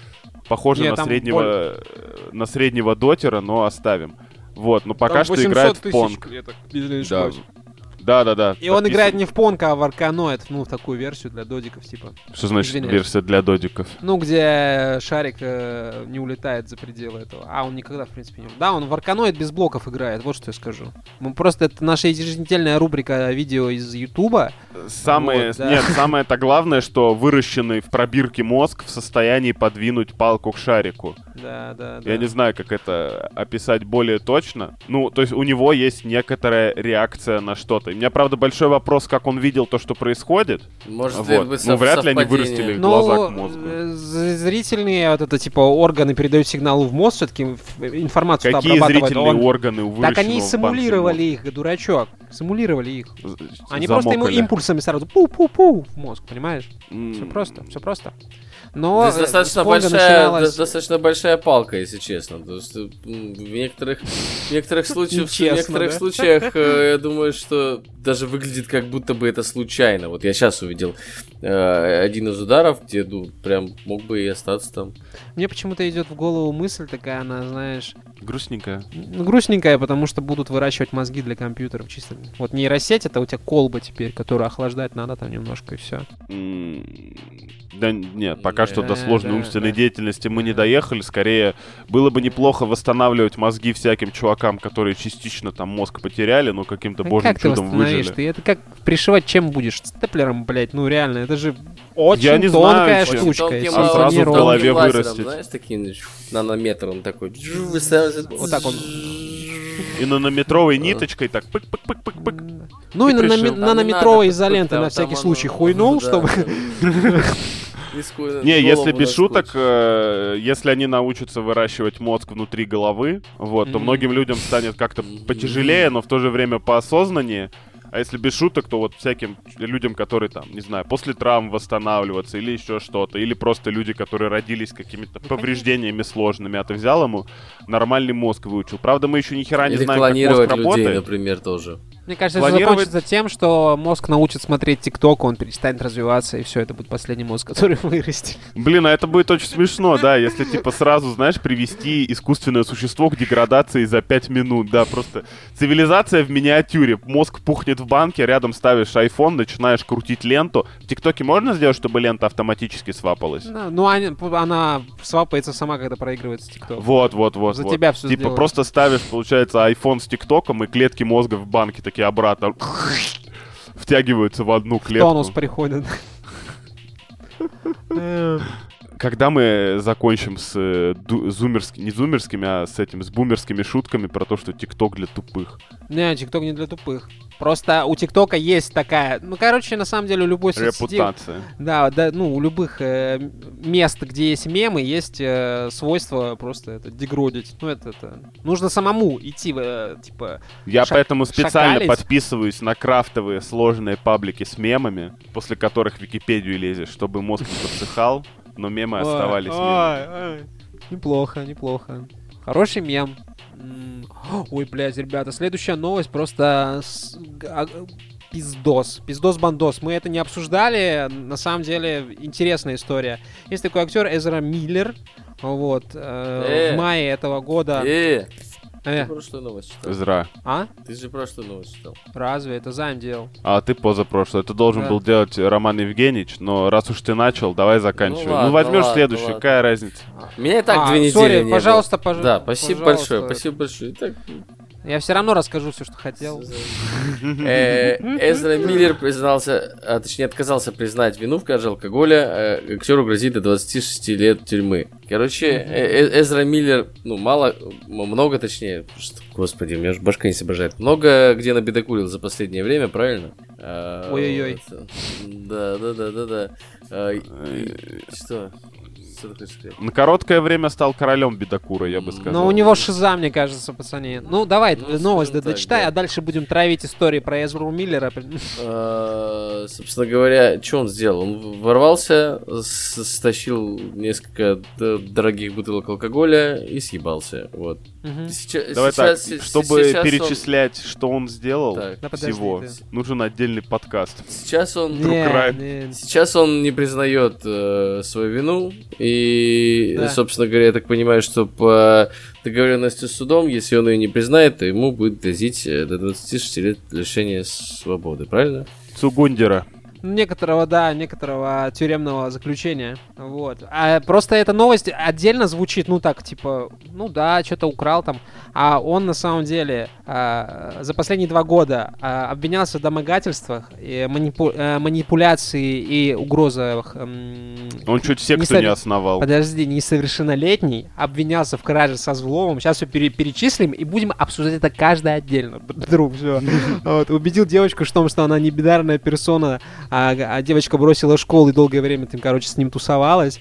Speaker 2: Похоже
Speaker 1: Не,
Speaker 2: на
Speaker 1: там
Speaker 2: среднего, э, на среднего дотера, но оставим. Вот, но пока
Speaker 1: Там
Speaker 2: что
Speaker 1: восемьсот
Speaker 2: играет в
Speaker 1: тысяч
Speaker 2: Понг.
Speaker 1: клеток, без
Speaker 2: Да.
Speaker 1: лишь.
Speaker 2: Да-да-да.
Speaker 1: И он
Speaker 2: подписан.
Speaker 1: играет не в Понка, а в Арканоид, ну, в такую версию для додиков, типа.
Speaker 2: Что значит
Speaker 1: Извиняюсь.
Speaker 2: версия для додиков?
Speaker 1: Ну, где шарик э, не улетает за пределы этого. А, он никогда, в принципе, не... Да, он в Арканоид без блоков играет, вот что я скажу. Мы просто, это наша еженедельная рубрика видео из Ютуба.
Speaker 2: Самое,
Speaker 1: Вот, да.
Speaker 2: нет, самое-то главное, что выращенный в пробирке мозг в состоянии подвинуть палку к шарику.
Speaker 1: Да, да, да.
Speaker 2: Я не знаю, как это описать более точно. Ну, то есть у него есть некоторая реакция на что-то. И у меня, правда, большой вопрос, как он видел то, что происходит.
Speaker 3: Может
Speaker 2: Вот.
Speaker 3: ли быть
Speaker 2: Ну,
Speaker 3: сов-
Speaker 2: вряд ли они
Speaker 3: совпадение?
Speaker 2: вырастили
Speaker 1: Ну,
Speaker 2: глаза к мозгу.
Speaker 1: э, з- зрительные вот это типа органы передают сигнал в мозг, все-таки информацию
Speaker 2: Какие
Speaker 1: обрабатывают.
Speaker 2: зрительные
Speaker 1: Он-
Speaker 2: органы у
Speaker 1: Так они
Speaker 2: выращенного в банке
Speaker 1: симулировали их, дурачок. Симулировали их.
Speaker 2: мозга?
Speaker 1: Они просто ему
Speaker 2: Замокали.
Speaker 1: импульсами сразу пу-пу-пу в мозг, понимаешь?
Speaker 2: М,
Speaker 1: Все просто, все просто. Но
Speaker 3: Здесь
Speaker 1: э,
Speaker 3: достаточно
Speaker 1: с Понга
Speaker 3: большая,
Speaker 1: начиналось-
Speaker 3: до- достаточно большая палка, если честно. То есть, м, в некоторых, в некоторых случаях, в
Speaker 1: Нечестно,
Speaker 3: некоторых
Speaker 1: да?
Speaker 3: случаях, э, я думаю, что даже выглядит как будто бы это случайно. Вот я сейчас увидел э, один из ударов, где ну, прям мог бы и остаться там.
Speaker 1: Мне почему-то идет в голову мысль такая, она, знаешь,
Speaker 2: Грустненькая.
Speaker 1: ну, грустненькая, потому что будут выращивать мозги для компьютеров чисто. Вот нейросеть, это у тебя колба теперь, которую охлаждать надо там немножко и все.
Speaker 2: М, Да нет, пока что до
Speaker 1: Да,
Speaker 2: сложной
Speaker 1: да,
Speaker 2: умственной
Speaker 1: да.
Speaker 2: деятельности мы не доехали. Скорее, было бы неплохо восстанавливать мозги всяким чувакам, которые частично там мозг потеряли, но каким-то
Speaker 1: А
Speaker 2: божьим
Speaker 1: как ты
Speaker 2: чудом
Speaker 1: восстановишь?
Speaker 2: выжили.
Speaker 1: Ты это как пришивать чем будешь? Степлером, блядь, ну реально, это же очень
Speaker 2: Я не знаю,
Speaker 1: тонкая
Speaker 2: чем.
Speaker 1: штучка.
Speaker 3: Тонким,
Speaker 1: если
Speaker 2: А
Speaker 1: это
Speaker 2: сразу
Speaker 1: не
Speaker 2: в
Speaker 1: ровно.
Speaker 2: голове
Speaker 3: лазером,
Speaker 2: вырастет.
Speaker 3: знаешь, таким нанометром такой. Вот
Speaker 1: Вот так он.
Speaker 2: И нанометровой ниточкой так пык-пык-пык-пык-пык.
Speaker 1: Ну и
Speaker 2: И
Speaker 1: на
Speaker 2: пришил.
Speaker 1: нами-
Speaker 3: Там не
Speaker 1: нанометровой
Speaker 3: надо,
Speaker 1: изоленты
Speaker 3: там-
Speaker 1: на всякий
Speaker 3: там
Speaker 1: случай
Speaker 3: оно-
Speaker 1: хуйнул,
Speaker 3: да,
Speaker 1: чтобы...
Speaker 3: да. Рискуя
Speaker 2: Не, если
Speaker 3: голову
Speaker 2: без шуток,
Speaker 3: наскочить.
Speaker 2: э, если они научатся выращивать мозг внутри головы, вот, то
Speaker 1: Мгм.
Speaker 2: многим людям станет как-то
Speaker 3: Мгм.
Speaker 2: потяжелее, но в то же время поосознаннее. А если без шуток, то вот всяким людям, которые там, не знаю, после травм восстанавливаться или еще что-то, или просто люди, которые родились с какими-то повреждениями сложными, а ты взял ему нормальный мозг выучил. Правда, мы еще ни хера не
Speaker 3: Или
Speaker 2: знаем, как мозг
Speaker 3: клонировать людей,
Speaker 2: работает.
Speaker 3: например, тоже.
Speaker 1: Мне кажется,
Speaker 2: Планировать...
Speaker 1: это закончится тем, что мозг научит смотреть ТикТок, он перестанет развиваться, и все, это будет последний мозг, который вырастет.
Speaker 2: Блин, а это будет очень смешно, да, если, типа, сразу, знаешь, привести искусственное существо к деградации за пять минут, да, просто цивилизация в миниатюре. Мозг пухнет в банке, рядом ставишь iPhone, начинаешь крутить ленту. В ТикТоке можно сделать, чтобы лента автоматически свапалась?
Speaker 1: Да, ну, они, она свапается сама, когда проигрывается ТикТок.
Speaker 2: Вот, вот, вот.
Speaker 1: За
Speaker 2: вот.
Speaker 1: тебя все
Speaker 2: Типа,
Speaker 1: сделают.
Speaker 2: просто ставишь, получается, iPhone с ТикТоком, и клетки мозга в банке такие обратно втягиваются в одну клетку.
Speaker 1: Тонус приходит.
Speaker 2: Когда мы закончим с э, ду- зумерскими, не зумерскими, а с этим, с бумерскими шутками про то, что ТикТок для тупых?
Speaker 1: Не, ТикТок не для тупых. Просто у ТикТока есть такая... Ну, короче, на самом деле, у любой соцсети...
Speaker 2: Репутация.
Speaker 1: Да, да, ну, у любых э, мест, где есть мемы, есть э, свойство просто это дегродить. Ну, это, это... Нужно самому идти, э, типа...
Speaker 2: Я
Speaker 1: шак-
Speaker 2: поэтому специально
Speaker 1: шакалить.
Speaker 2: подписываюсь на крафтовые сложные паблики с мемами, после которых в Википедию лезешь, чтобы мозг не подсыхал, но мемы оставались
Speaker 1: Ой,
Speaker 2: мемами.
Speaker 1: ой, ой. Неплохо, неплохо. Хороший мем. М, Ой, блядь, ребята, следующая новость просто с- г- а- пиздос. Пиздос-бандос. Мы это не обсуждали. На самом деле, интересная история. Есть такой актер Эзра Миллер. Вот. э,
Speaker 3: Э.
Speaker 1: В мае этого года.
Speaker 3: Э,
Speaker 1: Э,
Speaker 3: ты прошлую новость читал.
Speaker 2: Зра.
Speaker 1: А?
Speaker 3: Ты же прошлую новость читал.
Speaker 1: Разве? Это Займ делал.
Speaker 2: А ты позапрошлый. Это должен
Speaker 1: Да.
Speaker 2: был делать Роман Евгеньевич, но раз уж ты начал, давай заканчивай. Ну,
Speaker 3: ладно,
Speaker 2: возьмешь
Speaker 3: ладно,
Speaker 2: следующий,
Speaker 3: ладно.
Speaker 2: какая разница?
Speaker 3: Меня и так
Speaker 1: А,
Speaker 3: две недели
Speaker 1: сори,
Speaker 3: не
Speaker 1: пожалуйста,
Speaker 3: было.
Speaker 1: пож-
Speaker 3: Да, спасибо
Speaker 1: пожалуйста.
Speaker 3: большое, спасибо большое. Итак,
Speaker 1: Я все равно расскажу все, что хотел.
Speaker 3: Э, Эзра Миллер признался, а точнее отказался признать вину в краже алкоголя. Э, Актеру грозит до двадцати шести лет тюрьмы. Короче, э, э, Эзра Миллер, ну мало, м- много точнее, что, господи, у меня же башка не соображает. Много где набедокурил за последнее время, правильно? А,
Speaker 1: Ой-ой-ой.
Speaker 3: вот. Да, да, да, да, да. А, и- Что? Что ты хочешь сказать?
Speaker 2: На короткое время стал королем бедокура, я бы сказал.
Speaker 1: Но у него шиза, мне кажется, пацаны. Ну, давай,
Speaker 3: Ну,
Speaker 1: новость
Speaker 3: скажем
Speaker 1: да,
Speaker 3: так,
Speaker 1: дочитай,
Speaker 3: да.
Speaker 1: а дальше будем травить истории про Эзру Миллера.
Speaker 3: А, Собственно говоря, что он сделал? Он ворвался, с- стащил несколько д- дорогих бутылок алкоголя и съебался. Вот.
Speaker 1: Мгм.
Speaker 3: Сейчас,
Speaker 2: Давай
Speaker 3: сейчас-
Speaker 2: так,
Speaker 3: с-
Speaker 2: чтобы
Speaker 3: сейчас он-
Speaker 2: перечислять, что он сделал
Speaker 3: Так.
Speaker 1: Да подожди
Speaker 2: всего,
Speaker 1: ты.
Speaker 2: нужен отдельный подкаст.
Speaker 3: Сейчас он...
Speaker 1: Не,
Speaker 2: crime.
Speaker 1: не.
Speaker 3: Сейчас он не признает э, свою вину, и,
Speaker 1: Да.
Speaker 3: собственно говоря, я так понимаю, что по договоренности с судом, если он ее не признает, то ему будет грозить э, до двадцати шести лет лишения свободы, правильно?
Speaker 2: Цугундера.
Speaker 1: Некоторого, да, некоторого тюремного заключения. Вот. А просто эта новость отдельно звучит, ну так, типа, ну да, что-то украл там. А он на самом деле а, за последние два года а, обвинялся в домогательствах, и манипу- э, манипуляции и угрозах. м,
Speaker 2: Он чуть секту
Speaker 1: Не
Speaker 2: не,
Speaker 1: сове-
Speaker 2: основал.
Speaker 1: Подожди, несовершеннолетний обвинялся в краже со взломом. Сейчас все перечислим и будем обсуждать это каждый отдельно. Друг, все. Вот. Убедил девочку в том, что она не бинарная персона, а, а девочка бросила школу и долгое время там, короче, с ним тусовалась.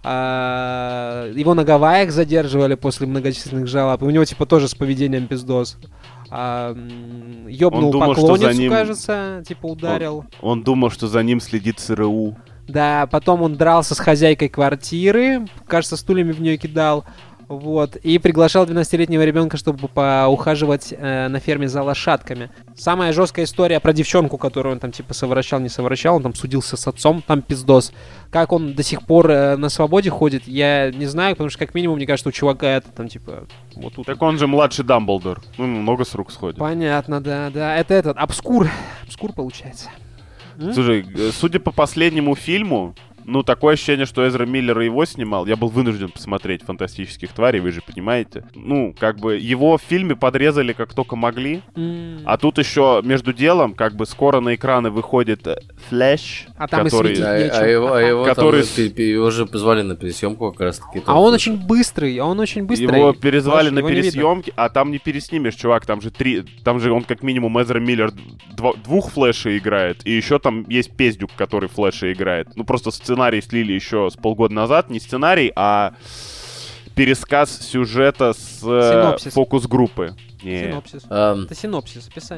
Speaker 1: А, его на Гавайях задерживали после многочисленных жалоб. И у него, типа, тоже с поведением пиздос. А, м, ёбнул
Speaker 2: Он думал, что
Speaker 1: поклонницу,
Speaker 2: за ним-
Speaker 1: кажется, типа, ударил.
Speaker 2: Он думал, что за ним следит ЦРУ.
Speaker 1: Да, потом он дрался с хозяйкой квартиры, кажется, стульями в нее кидал, вот, и приглашал двенадцатилетнего ребенка, чтобы поухаживать э, на ферме за лошадками. Самая жесткая история про девчонку, которую он там типа совращал, не совращал, он там судился с отцом, там пиздос. Как он до сих пор э, на свободе ходит, я не знаю, потому что как минимум, мне кажется, у чувака это там типа вот тут.
Speaker 2: Так он же младший Дамблдор. Ну, много с рук сходит.
Speaker 1: Понятно, да, да, это этот, обскур, обскур получается. М?
Speaker 2: Слушай, э, судя по последнему фильму, ну, такое ощущение, что Эзра Миллер его снимал. Я был вынужден посмотреть «Фантастических тварей», вы же понимаете. Ну, как бы, его в фильме подрезали как только могли.
Speaker 1: М.
Speaker 2: А тут еще между делом, как бы, скоро на экраны выходит э, Флэш,
Speaker 1: А там и
Speaker 2: который...
Speaker 1: светить
Speaker 3: А,
Speaker 1: нечем.
Speaker 3: а его, а
Speaker 1: Ага.
Speaker 3: его,
Speaker 2: Который
Speaker 3: там,
Speaker 2: с-
Speaker 3: пе- пе- его же позвали на пересъемку как раз таки.
Speaker 1: А он очень быстрый, а он очень быстрый.
Speaker 2: Его перезвали
Speaker 1: Слушай,
Speaker 2: на
Speaker 1: его не видно.
Speaker 2: пересъемки, а там не переснимешь, чувак. Там же три, там же он как минимум Эзра Миллер дво- двух Флэшей играет, и еще там есть Пездюк, который Флэша играет. Ну просто сценарий слили еще с полгода назад, не сценарий, а пересказ сюжета с э,
Speaker 1: Синопсис.
Speaker 2: фокус-группы. Не.
Speaker 1: Синопсис.
Speaker 3: Ам,
Speaker 1: Это синопсис, описание.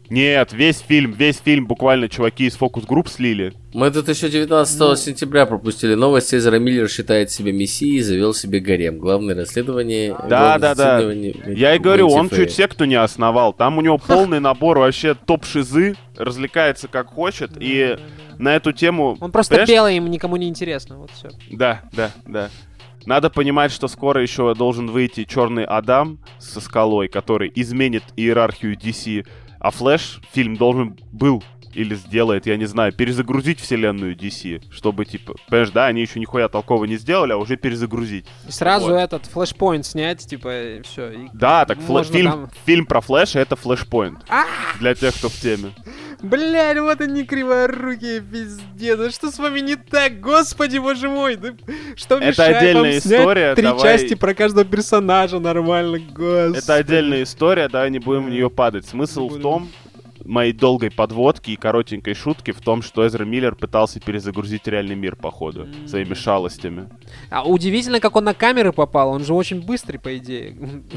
Speaker 2: Нет, весь фильм, весь фильм буквально чуваки из фокус-групп слили.
Speaker 3: Мы тут еще девятнадцатого ну... сентября пропустили новость. Эзра Миллер считает себя мессией и завел себе гарем. Главное расследование...
Speaker 2: Да, да, да. Я и говорю, он чуть секту не основал. Там у него полный набор вообще топ-шизы, развлекается как хочет, и на эту тему...
Speaker 1: Он просто белый, им никому не интересно, вот все.
Speaker 2: Да, да, да. Надо понимать, что скоро еще должен выйти Черный Адам со скалой, который изменит иерархию ди си, а Флэш фильм должен был или сделает, я не знаю, перезагрузить вселенную ди си, чтобы, типа, понимаешь, да, они еще нихуя толково не сделали, а уже перезагрузить.
Speaker 1: И сразу вот. Этот флешпоинт снять, типа, и все. И
Speaker 2: да, так флэ- фильм, там... фильм про Флэша — это флешпоинт. Для тех, кто в теме.
Speaker 1: Блядь, вот они криворукие, пиздец. Да что с вами не так, господи, боже мой. Да что
Speaker 2: это
Speaker 1: мешает
Speaker 2: отдельная
Speaker 1: вам
Speaker 2: история,
Speaker 1: три
Speaker 2: давай...
Speaker 1: части про каждого персонажа нормально, господи.
Speaker 2: Это отдельная история, давай не будем в нее падать. Смысл в том, моей долгой подводки и коротенькой шутки в том, что Эзра Миллер пытался перезагрузить реальный мир, походу, mm-hmm. своими шалостями.
Speaker 1: А удивительно, как он на камеры попал, он же очень быстрый, по идее.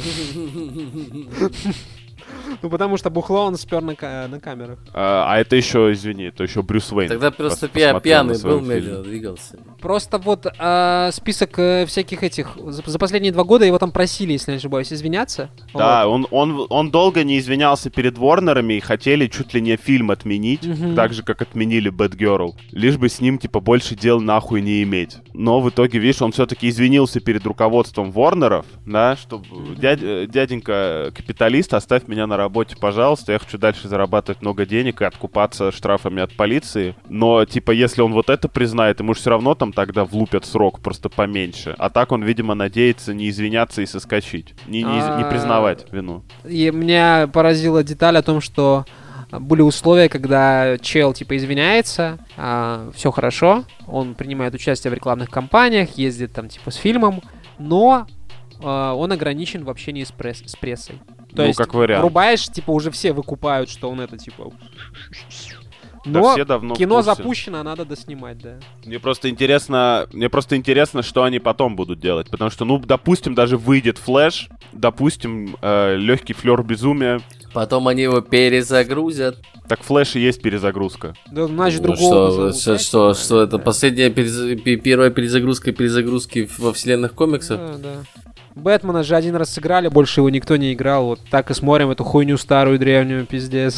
Speaker 1: Ну, потому что бухло он спер на, ка- на камерах.
Speaker 2: А, а это еще, извини, это еще Брюс Уэйн.
Speaker 3: Тогда просто пья- пьяный был, медленно двигался.
Speaker 1: Просто вот а, список а, всяких этих... За, за последние два года его там просили, если не ошибаюсь, извиняться.
Speaker 2: Да,
Speaker 1: вот.
Speaker 2: он, он, он долго не извинялся перед Ворнерами и хотели чуть ли не фильм отменить, mm-hmm. так же, как отменили Бэтгерл. Лишь бы с ним, типа, больше дел нахуй не иметь. Но в итоге, видишь, он все-таки извинился перед руководством Ворнеров, да, что mm-hmm. дядь, дяденька капиталист, оставь меня на работе, пожалуйста, я хочу дальше зарабатывать много денег и откупаться штрафами от полиции. Но, типа, если он вот это признает, ему же все равно там тогда влупят срок просто поменьше. А так он, видимо, надеется не извиняться и соскочить. Не, не, не признавать вину.
Speaker 1: И меня поразила деталь о том, что были условия, когда чел, типа, извиняется, а, все хорошо, он принимает участие в рекламных кампаниях, ездит там, типа, с фильмом, но а, он ограничен в общении с, пресс- с прессой. То
Speaker 2: ну,
Speaker 1: есть,
Speaker 2: как вариант.
Speaker 1: Врубаешь, типа, уже все выкупают, что он это, типа...
Speaker 2: Да,
Speaker 1: но
Speaker 2: все давно
Speaker 1: кино запущено, надо доснимать, да.
Speaker 2: Мне просто интересно, мне просто интересно, что они потом будут делать. Потому что, ну, допустим, даже выйдет Флэш, допустим, э, легкий флер безумия.
Speaker 3: Потом они его перезагрузят.
Speaker 2: Так в Флэше есть перезагрузка.
Speaker 1: Да, значит,
Speaker 3: ну,
Speaker 1: другого.
Speaker 3: Что, что, что, что это последняя перез... первая перезагрузка перезагрузки во вселенных комиксов?
Speaker 1: Да, да. Бэтмена же один раз сыграли, больше его никто не играл. Вот так и смотрим эту хуйню старую, древнюю, пиздец.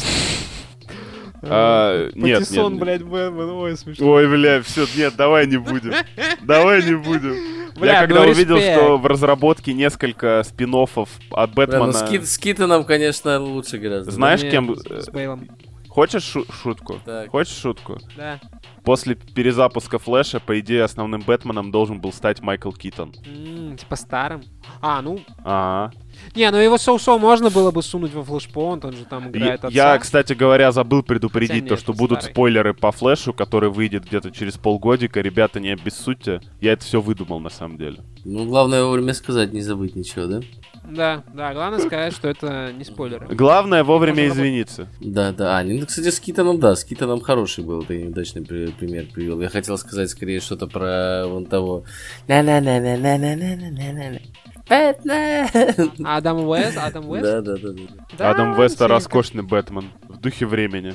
Speaker 2: А, нет,
Speaker 1: Патиссон,
Speaker 2: нет,
Speaker 1: блядь, Бэтмен, ой, смешно.
Speaker 2: Ой, бля, все, нет, давай не будем. Давай не будем.
Speaker 1: Бля,
Speaker 2: я когда
Speaker 1: ну,
Speaker 2: увидел,
Speaker 1: респект.
Speaker 2: что в разработке несколько спин-оффов от Бэтмена...
Speaker 3: Бля, ну, скит, с Китоном, конечно, лучше гораздо.
Speaker 2: Знаешь,
Speaker 1: Нет,
Speaker 2: кем...
Speaker 1: С, с Бейлом.
Speaker 2: Хочешь шу- шутку?
Speaker 3: Так.
Speaker 2: Хочешь шутку?
Speaker 1: Да.
Speaker 2: После перезапуска Флэша, по идее, основным Бэтменом должен был стать Майкл Китон.
Speaker 1: М-м, типа старым. А, ну...
Speaker 2: Ага.
Speaker 1: Не, ну его соусо можно было бы сунуть во Флэшпоинт, он же там играет отца.
Speaker 2: Я, кстати говоря, забыл предупредить
Speaker 1: Хотя
Speaker 2: то,
Speaker 1: нет,
Speaker 2: что
Speaker 1: он
Speaker 2: будут
Speaker 1: старый.
Speaker 2: спойлеры по Флэшу, который выйдет где-то через полгодика. Ребята, не обессудьте. Я это все выдумал, на самом деле.
Speaker 3: Ну, главное вовремя сказать, не забыть ничего, да?
Speaker 1: Да, да, главное сказать, что это не спойлеры.
Speaker 2: Главное вовремя
Speaker 1: Можно
Speaker 2: извиниться.
Speaker 3: Да, да. А, ну, кстати, с Китоном, да, с Китоном хороший был, ты неудачный при- пример привел. Я хотел сказать скорее что-то про вон того. На-на-на-на-на-на-на-на-на-на. Бэтмен!
Speaker 1: Адам Уэст, Адам Уэст?
Speaker 3: Да, да, да, да.
Speaker 1: Да,
Speaker 2: Адам Веста
Speaker 1: интересно.
Speaker 2: роскошный Бэтмен. В духе времени.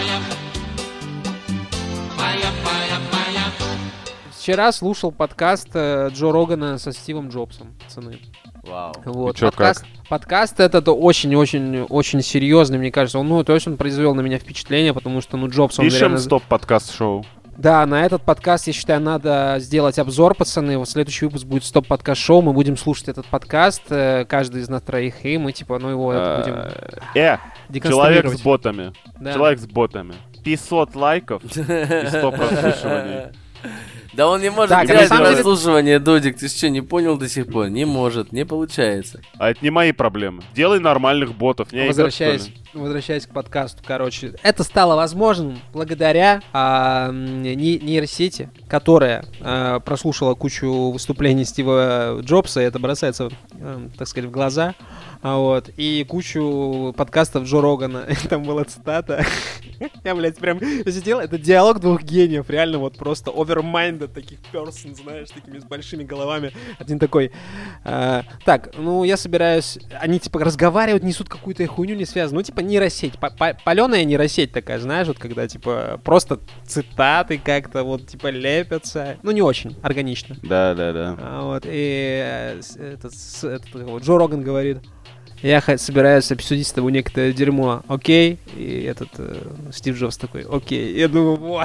Speaker 1: Вчера слушал подкаст э, Джо Рогана со Стивом Джобсом, пацаны.
Speaker 3: Вау.
Speaker 1: Вот.
Speaker 2: И чё,
Speaker 1: подкаст, подкаст этот очень-очень-очень серьезный, мне кажется. Он, ну, то есть он произвел на меня впечатление, потому что, ну, Джобс, он
Speaker 2: Пишем
Speaker 1: реально...
Speaker 2: стоп-подкаст-шоу.
Speaker 1: Да, на этот подкаст, я считаю, надо сделать обзор, пацаны. Вот следующий выпуск будет стоп-подкаст-шоу. Мы будем слушать этот подкаст, э, каждый из нас троих, и мы, типа, ну, его это будем
Speaker 2: Э, человек
Speaker 1: деконструировать.
Speaker 2: с ботами.
Speaker 1: Да.
Speaker 2: Человек с ботами. пятьсот лайков и сто прослушиваний.
Speaker 3: Да он не может
Speaker 1: Так, а
Speaker 3: делать
Speaker 1: на самом деле-
Speaker 3: прослушивание, Додик, ты что, не понял до сих пор? Не может, не получается.
Speaker 2: А это не мои проблемы. Делай нормальных ботов. Не айдет,
Speaker 1: Возвращаясь,
Speaker 2: что ли?
Speaker 1: возвращаясь к подкасту, короче, это стало возможным благодаря а, м, не- нейросети, которая а, прослушала кучу выступлений Стива Джобса, и это бросается, а, так сказать, в глаза, а, вот, и кучу подкастов Джо Рогана. Там была цитата. Я, блядь, прям сидел, это диалог двух гениев, реально вот просто overminded таких person, знаешь, такими с большими головами. Один такой, э, так, ну я собираюсь, они типа разговаривают, несут какую-то хуйню не связанную, ну типа нейросеть, паленая нейросеть такая, знаешь, вот когда типа просто цитаты как-то вот типа лепятся, ну не очень органично.
Speaker 2: Да, да, да.
Speaker 1: А, вот, и э, этот, этот вот, Джо Роган говорит, я х- собираюсь обсудить с тобой некоторое дерьмо, окей? И этот э, Стив Джобс такой, окей. Я думаю, вот,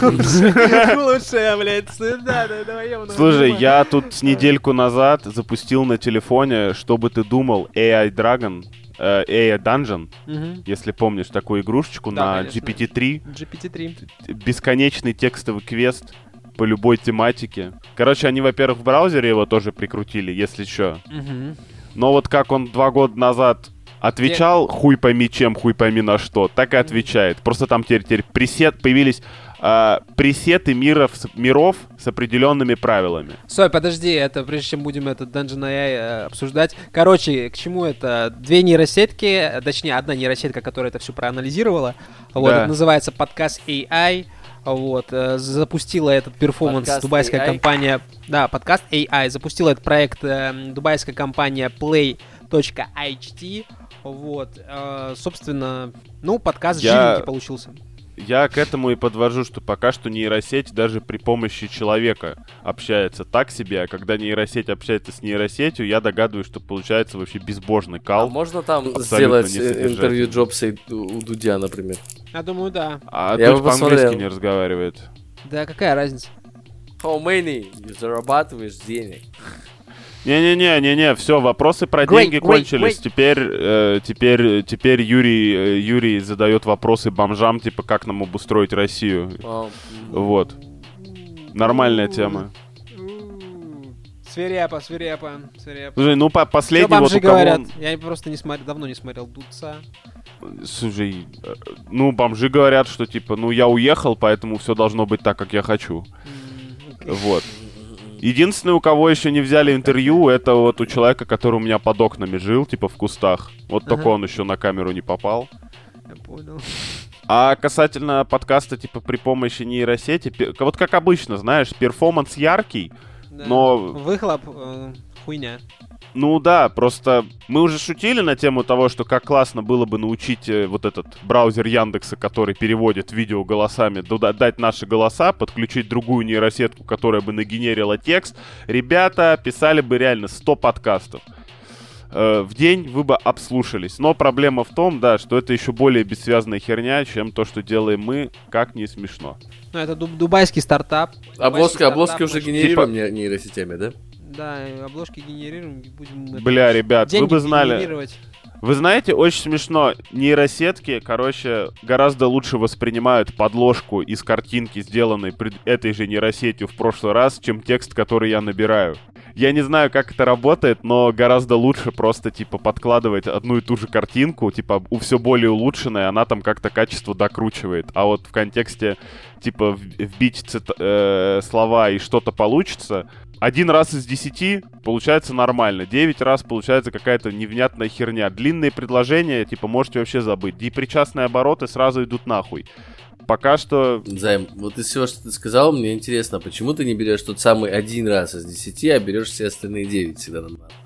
Speaker 1: лучшая, блядь, цитата, давай ебаного.
Speaker 2: Слушай, я тут с недельку назад запустил на телефоне, что бы ты думал, эй ай Dragon, э, эй ай Dungeon,
Speaker 1: Мгм.
Speaker 2: если помнишь такую игрушечку
Speaker 1: Да,
Speaker 2: на
Speaker 1: конечно.
Speaker 2: джи пи ти три.
Speaker 1: джи пи ти три.
Speaker 2: Бесконечный текстовый квест по любой тематике. Короче, они, во-первых, в браузере его тоже прикрутили, если что.
Speaker 1: Мгм.
Speaker 2: Но вот как он два года назад отвечал, хуй пойми чем, хуй пойми на что, так и отвечает. Просто там теперь, теперь пресет, появились а, пресеты миров, с- миров с определенными правилами.
Speaker 1: Стой, подожди, это прежде чем будем этот Dungeon эй ай э, обсуждать. Короче, к чему это? Две нейросетки, э, точнее, одна нейросетка, которая это все проанализировала. Вот,
Speaker 2: Да.
Speaker 1: это называется подкаст эй ай. Вот, э, запустила этот перформанс
Speaker 3: Подкаст
Speaker 1: дубайская
Speaker 3: эй ай?
Speaker 1: компания. Да, подкаст эй ай. Запустила этот проект э, дубайская компания плей точка эйч ти. Вот, э, собственно, ну, подкаст
Speaker 2: Я-
Speaker 1: живенький получился.
Speaker 2: Я к этому и подвожу, что пока что нейросеть даже при помощи человека общается так себе, а когда нейросеть общается с нейросетью, я догадываюсь, что получается вообще безбожный
Speaker 3: А
Speaker 2: кал.
Speaker 3: можно там
Speaker 2: Абсолютно
Speaker 3: сделать э,
Speaker 2: несодержательный.
Speaker 3: интервью Джобса и у у Дудя, например?
Speaker 1: Я думаю, да.
Speaker 2: А
Speaker 3: Я
Speaker 2: дочь
Speaker 3: бы
Speaker 2: по-английски
Speaker 3: посмотрел.
Speaker 2: не разговаривает.
Speaker 1: Да, какая разница?
Speaker 3: How many you зарабатываешь денег?
Speaker 2: Не-не-не, не-не, все, вопросы про
Speaker 1: Great,
Speaker 2: деньги
Speaker 1: great,
Speaker 2: кончились.
Speaker 1: great.
Speaker 2: Теперь, э, теперь, теперь Юрий, э, Юрий задает вопросы бомжам, типа как нам обустроить Россию.
Speaker 3: А, м.
Speaker 2: Вот. Нормальная тема.
Speaker 1: Свирепо, свирепо, свирепо.
Speaker 2: Слушай, ну по
Speaker 1: Что
Speaker 2: последний вот
Speaker 1: бомжи
Speaker 2: у кого
Speaker 1: говорят?
Speaker 2: он-
Speaker 1: Я просто не смотрел, давно не смотрел Дудца.
Speaker 2: Слушай, э, ну бомжи говорят, что типа, ну я уехал, поэтому все должно быть так, как я хочу.
Speaker 1: М, окей.
Speaker 2: Вот. Единственное, у кого еще не взяли интервью, это вот у человека, который у меня под окнами жил, типа в кустах. Вот
Speaker 1: Ага.
Speaker 2: только он еще на камеру не попал.
Speaker 1: Я понял.
Speaker 2: А касательно подкаста, типа при помощи нейросети, пе- вот как обычно, знаешь, перформанс яркий,
Speaker 1: Да.
Speaker 2: но,
Speaker 1: Выхлоп, э, хуйня.
Speaker 2: ну да, просто мы уже шутили на тему того, что как классно было бы научить э, вот этот браузер Яндекса, который переводит видео голосами, туда дать наши голоса, подключить другую нейросетку, которая бы нагенерила текст. Ребята писали бы реально сто подкастов. Э, в день вы бы обслушались. Но проблема в том, да, что это еще более бессвязная херня, чем то, что делаем мы, как не смешно.
Speaker 1: Ну, это дуб- дубайский стартап.
Speaker 3: Обложка,
Speaker 1: Дубайский
Speaker 3: обложки
Speaker 1: стартап,
Speaker 3: уже
Speaker 1: значит,
Speaker 3: генерируем не- нейросетями, да?
Speaker 1: Да, и обложки генерируем, будем... это,
Speaker 2: Бля, ребят,
Speaker 1: деньги
Speaker 2: вы бы знали...
Speaker 1: генерировать.
Speaker 2: Вы знаете, очень смешно, нейросетки, короче, гораздо лучше воспринимают подложку из картинки, сделанной пред этой же нейросетью в прошлый раз, чем текст, который я набираю. Я не знаю, как это работает, но гораздо лучше просто, типа, подкладывать одну и ту же картинку, типа, у все более улучшенной, она там как-то качество докручивает. А вот в контексте, типа, в- вбить цит- э, слова и что-то получится, один раз из десяти получается нормально, девять раз получается какая-то невнятная херня. Длинные предложения, типа, можете вообще забыть. Депричастные обороты сразу идут нахуй. Пока что...
Speaker 3: Займ, вот из всего, что ты сказал, мне интересно, почему ты не берешь тот самый один раз из десяти, а берешь все остальные девять всегда нам надо?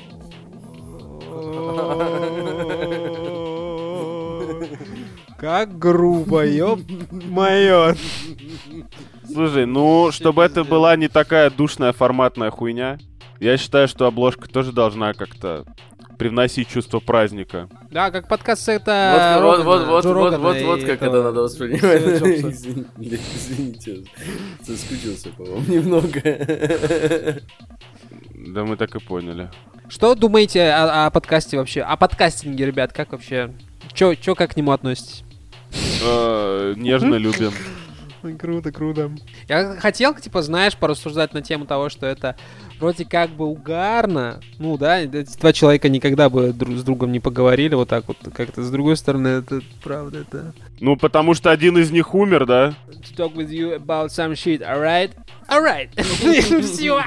Speaker 1: Как грубо, ёб моё.
Speaker 2: Слушай, ну, чтобы это была не такая душная форматная хуйня, я считаю, что обложка тоже должна как-то привносить чувство праздника.
Speaker 1: Да, как подкаст это
Speaker 3: Вот, вот,
Speaker 1: Рогана,
Speaker 3: вот, вот,
Speaker 1: Джо
Speaker 3: вот,
Speaker 1: Рогана
Speaker 3: вот,
Speaker 1: и
Speaker 3: вот как
Speaker 1: этого
Speaker 3: это надо воспринимать.
Speaker 1: Стива Джобса.
Speaker 3: Извини- Извините, соскучился, по-моему, немного.
Speaker 2: Да мы так и поняли.
Speaker 1: Что думаете о, о подкасте вообще? О подкастинге, ребят, как вообще? Чё, чё как к нему относитесь?
Speaker 2: Э, Нежно любим.
Speaker 1: Круто, круто. Я хотел, типа, знаешь, порассуждать на тему того, что это вроде как бы угарно. Ну да, эти два человека никогда бы друг с другом не поговорили вот так вот. Как-то с другой стороны, это правда, это...
Speaker 2: Ну, потому что один из них умер, да?
Speaker 1: To talk with you about some shit, alright? Alright. Все.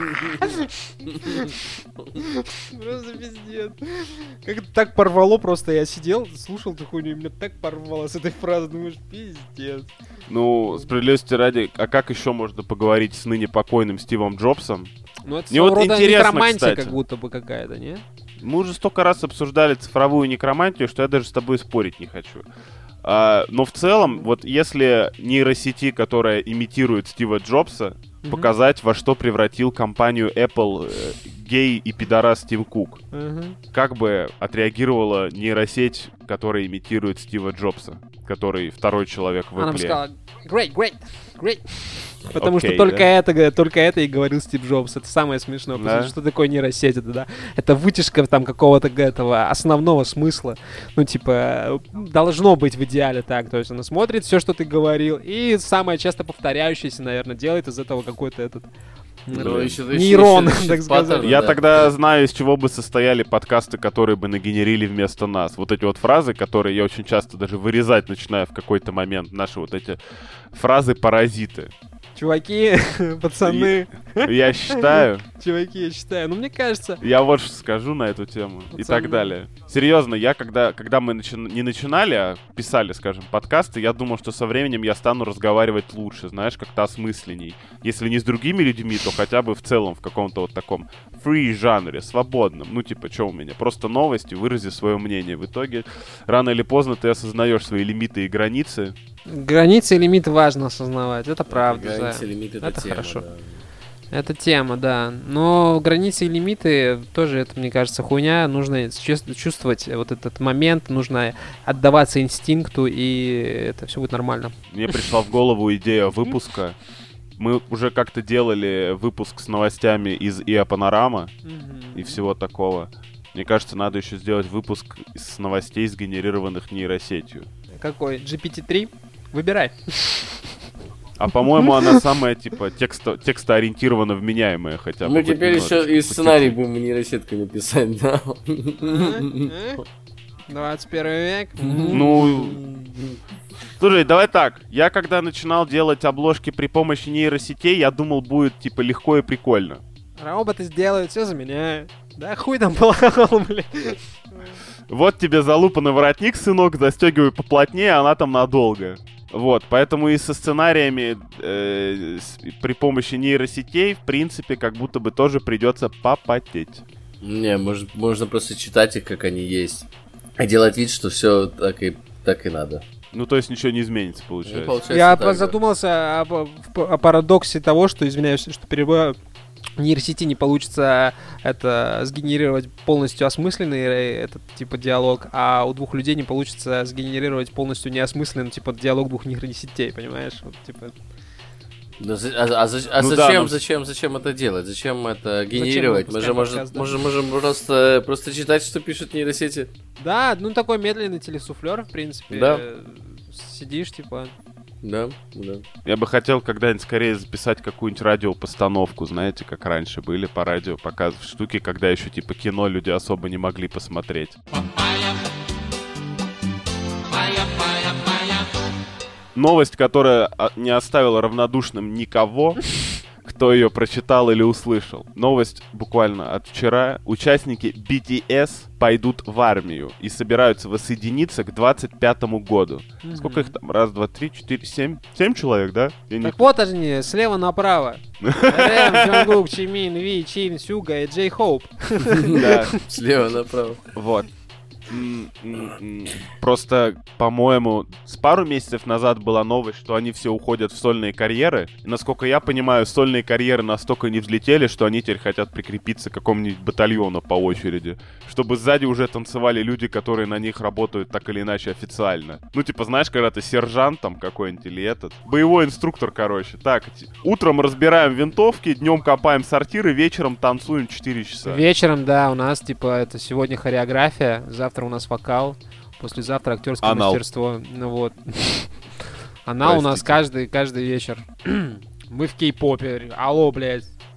Speaker 1: Просто пиздец. Как это так порвало просто. Я сидел, слушал эту хуйню, и меня так порвало с этой фразы. Думаешь, пиздец.
Speaker 2: Ну, справедливости ради, а как еще можно поговорить с ныне покойным Стивом Джобсом?
Speaker 1: Ну, это
Speaker 2: Мне
Speaker 1: своего
Speaker 2: вот
Speaker 1: рода
Speaker 2: интересно,
Speaker 1: некромантия,
Speaker 2: кстати.
Speaker 1: как будто бы какая-то, не?
Speaker 2: Мы уже столько раз обсуждали цифровую некромантию, что я даже с тобой спорить не хочу. А, но в целом, вот если нейросети, которая имитирует Стива Джобса,
Speaker 1: Мгм.
Speaker 2: показать, во что превратил компанию Apple э, гей и пидорас Тим Кук,
Speaker 1: Мгм.
Speaker 2: как бы отреагировала нейросеть, которая имитирует Стива Джобса, который второй человек в
Speaker 1: Она бы
Speaker 2: Apple?
Speaker 1: сказала, great, great, great. Потому
Speaker 2: Окей,
Speaker 1: что только
Speaker 2: да.
Speaker 1: это, только это и говорил Стив Джобс. Это самое смешное.
Speaker 2: Да.
Speaker 1: Потому что что такое нейросеть? Это, да? Это вытяжка там какого-то этого основного смысла. Ну, типа, должно быть в идеале так. То есть она смотрит все, что ты говорил, и самое часто повторяющееся, наверное, делает из этого какой-то этот
Speaker 3: Ну, ещё- ещё-
Speaker 1: нейрон,
Speaker 3: ещё- ещё
Speaker 1: так сказать.
Speaker 3: паттерн,
Speaker 2: Я
Speaker 3: да.
Speaker 2: тогда знаю, из чего бы состояли подкасты, которые бы нагенерили вместо нас. Вот эти вот фразы, которые я очень часто даже вырезать начинаю в какой-то момент. Наши вот эти фразы-паразиты.
Speaker 1: Чуваки, пацаны,
Speaker 2: Я считаю,
Speaker 1: чуваки, я считаю. Ну, мне кажется...
Speaker 2: я вот что скажу на эту тему и
Speaker 1: Пацаны.
Speaker 2: так далее. Серьезно, я когда, когда мы начи- не начинали, а писали, скажем, подкасты, я думал, что со временем я стану разговаривать лучше, знаешь, как-то осмысленней. Если не с другими людьми, то хотя бы в целом в каком-то вот таком free жанре, свободном. Ну, типа, что у меня? Просто новости, вырази свое мнение. В итоге, рано или поздно ты осознаешь свои лимиты и границы.
Speaker 1: Границы и лимиты важно осознавать. Это правда, да.
Speaker 3: Границы, лимиты, это,
Speaker 1: Это
Speaker 3: тема,
Speaker 1: хорошо.
Speaker 3: да.
Speaker 1: Это тема, да. Но границы и лимиты тоже, это, мне кажется, хуйня. Нужно чувс- чувствовать вот этот момент, нужно отдаваться инстинкту, и это все будет нормально.
Speaker 2: Мне пришла в голову идея выпуска. Мы уже как-то делали выпуск с новостями из ИА Панорама и всего такого. Мне кажется, надо еще сделать выпуск с новостей, сгенерированных нейросетью.
Speaker 1: Какой? джи пи ти три? Выбирай.
Speaker 2: А по-моему, она самая, типа, тексто- текстоориентированно вменяемая хотя бы.
Speaker 3: Мы
Speaker 2: хоть
Speaker 3: теперь еще
Speaker 2: немножечко.
Speaker 3: и сценарий будем нейросетками писать, да?
Speaker 1: двадцать первый век.
Speaker 2: Ну, слушай, давай так. Я когда начинал делать обложки при помощи нейросетей, я думал, будет, типа, легко и прикольно.
Speaker 1: Роботы сделают, все заменяют. Да хуй там поломал, блядь.
Speaker 2: Вот тебе залупанный воротник, сынок, застегивай поплотнее, она там надолго. Вот, поэтому и со сценариями э, с- при помощи нейросетей, в принципе, как будто бы тоже придется попотеть.
Speaker 3: Не, может, можно просто читать их, как они есть. И делать вид, что все так и, так и надо.
Speaker 2: Ну, то есть ничего не изменится,
Speaker 3: Ну,
Speaker 2: получается.
Speaker 3: получается
Speaker 1: Я
Speaker 3: так, да.
Speaker 1: задумался об- о парадоксе того, что, извиняюсь, что перебываю, нейросети не получится это сгенерировать полностью осмысленный э, этот типа диалог, а у двух людей не получится сгенерировать полностью неосмысленный типа диалог двух нейросетей, понимаешь? Вот, типа,
Speaker 3: Да за- а, а за- а
Speaker 2: Ну да,
Speaker 3: зачем,
Speaker 2: но-
Speaker 3: зачем, зачем это делать? Зачем это генерировать? Мы же
Speaker 1: выпускаем
Speaker 3: можем,
Speaker 1: подкаст, да?
Speaker 3: можем, можем просто, просто читать, что пишут нейросети.
Speaker 1: да, ну такой медленный телесуфлер, в принципе.
Speaker 3: Да.
Speaker 1: э, Сидишь, типа.
Speaker 3: Да, да.
Speaker 2: Я бы хотел когда-нибудь скорее записать какую-нибудь радиопостановку, знаете, как раньше были по радио показывать штуки, когда еще типа кино люди особо не могли посмотреть. Новость, которая а, не оставила равнодушным никого, кто ее прочитал или услышал. Новость буквально от вчера. Участники би ти эс пойдут в армию и собираются воссоединиться к двадцать пятому году. Сколько их там? Раз, два, три, четыре, семь? Семь человек, да? Я не-
Speaker 1: Так вот они, слева направо. Рэм, Джонгук, Чимин, Ви, Чин, Сюга и Джей Хоуп.
Speaker 2: Да,
Speaker 3: Слева направо.
Speaker 2: вот. М, м, м. Просто, по-моему, с пару месяцев назад была новость, что они все уходят в сольные карьеры. И, насколько я понимаю, сольные карьеры настолько не взлетели, что они теперь хотят прикрепиться к какому-нибудь батальону по очереди. Чтобы сзади уже танцевали люди, которые на них работают так или иначе официально. Ну, типа, знаешь, когда ты сержант там какой-нибудь или этот. Боевой инструктор, короче. Так, ти- утром разбираем винтовки, днем копаем сортиры, вечером танцуем четыре часа.
Speaker 1: Вечером, да, у нас, типа, это сегодня хореография, завтра у нас вокал, послезавтра актерское
Speaker 2: Анал.
Speaker 1: мастерство. Ну вот. Анал у нас
Speaker 2: Простите.
Speaker 1: каждый, каждый вечер. Мы в кей-попе. Алло, блядь.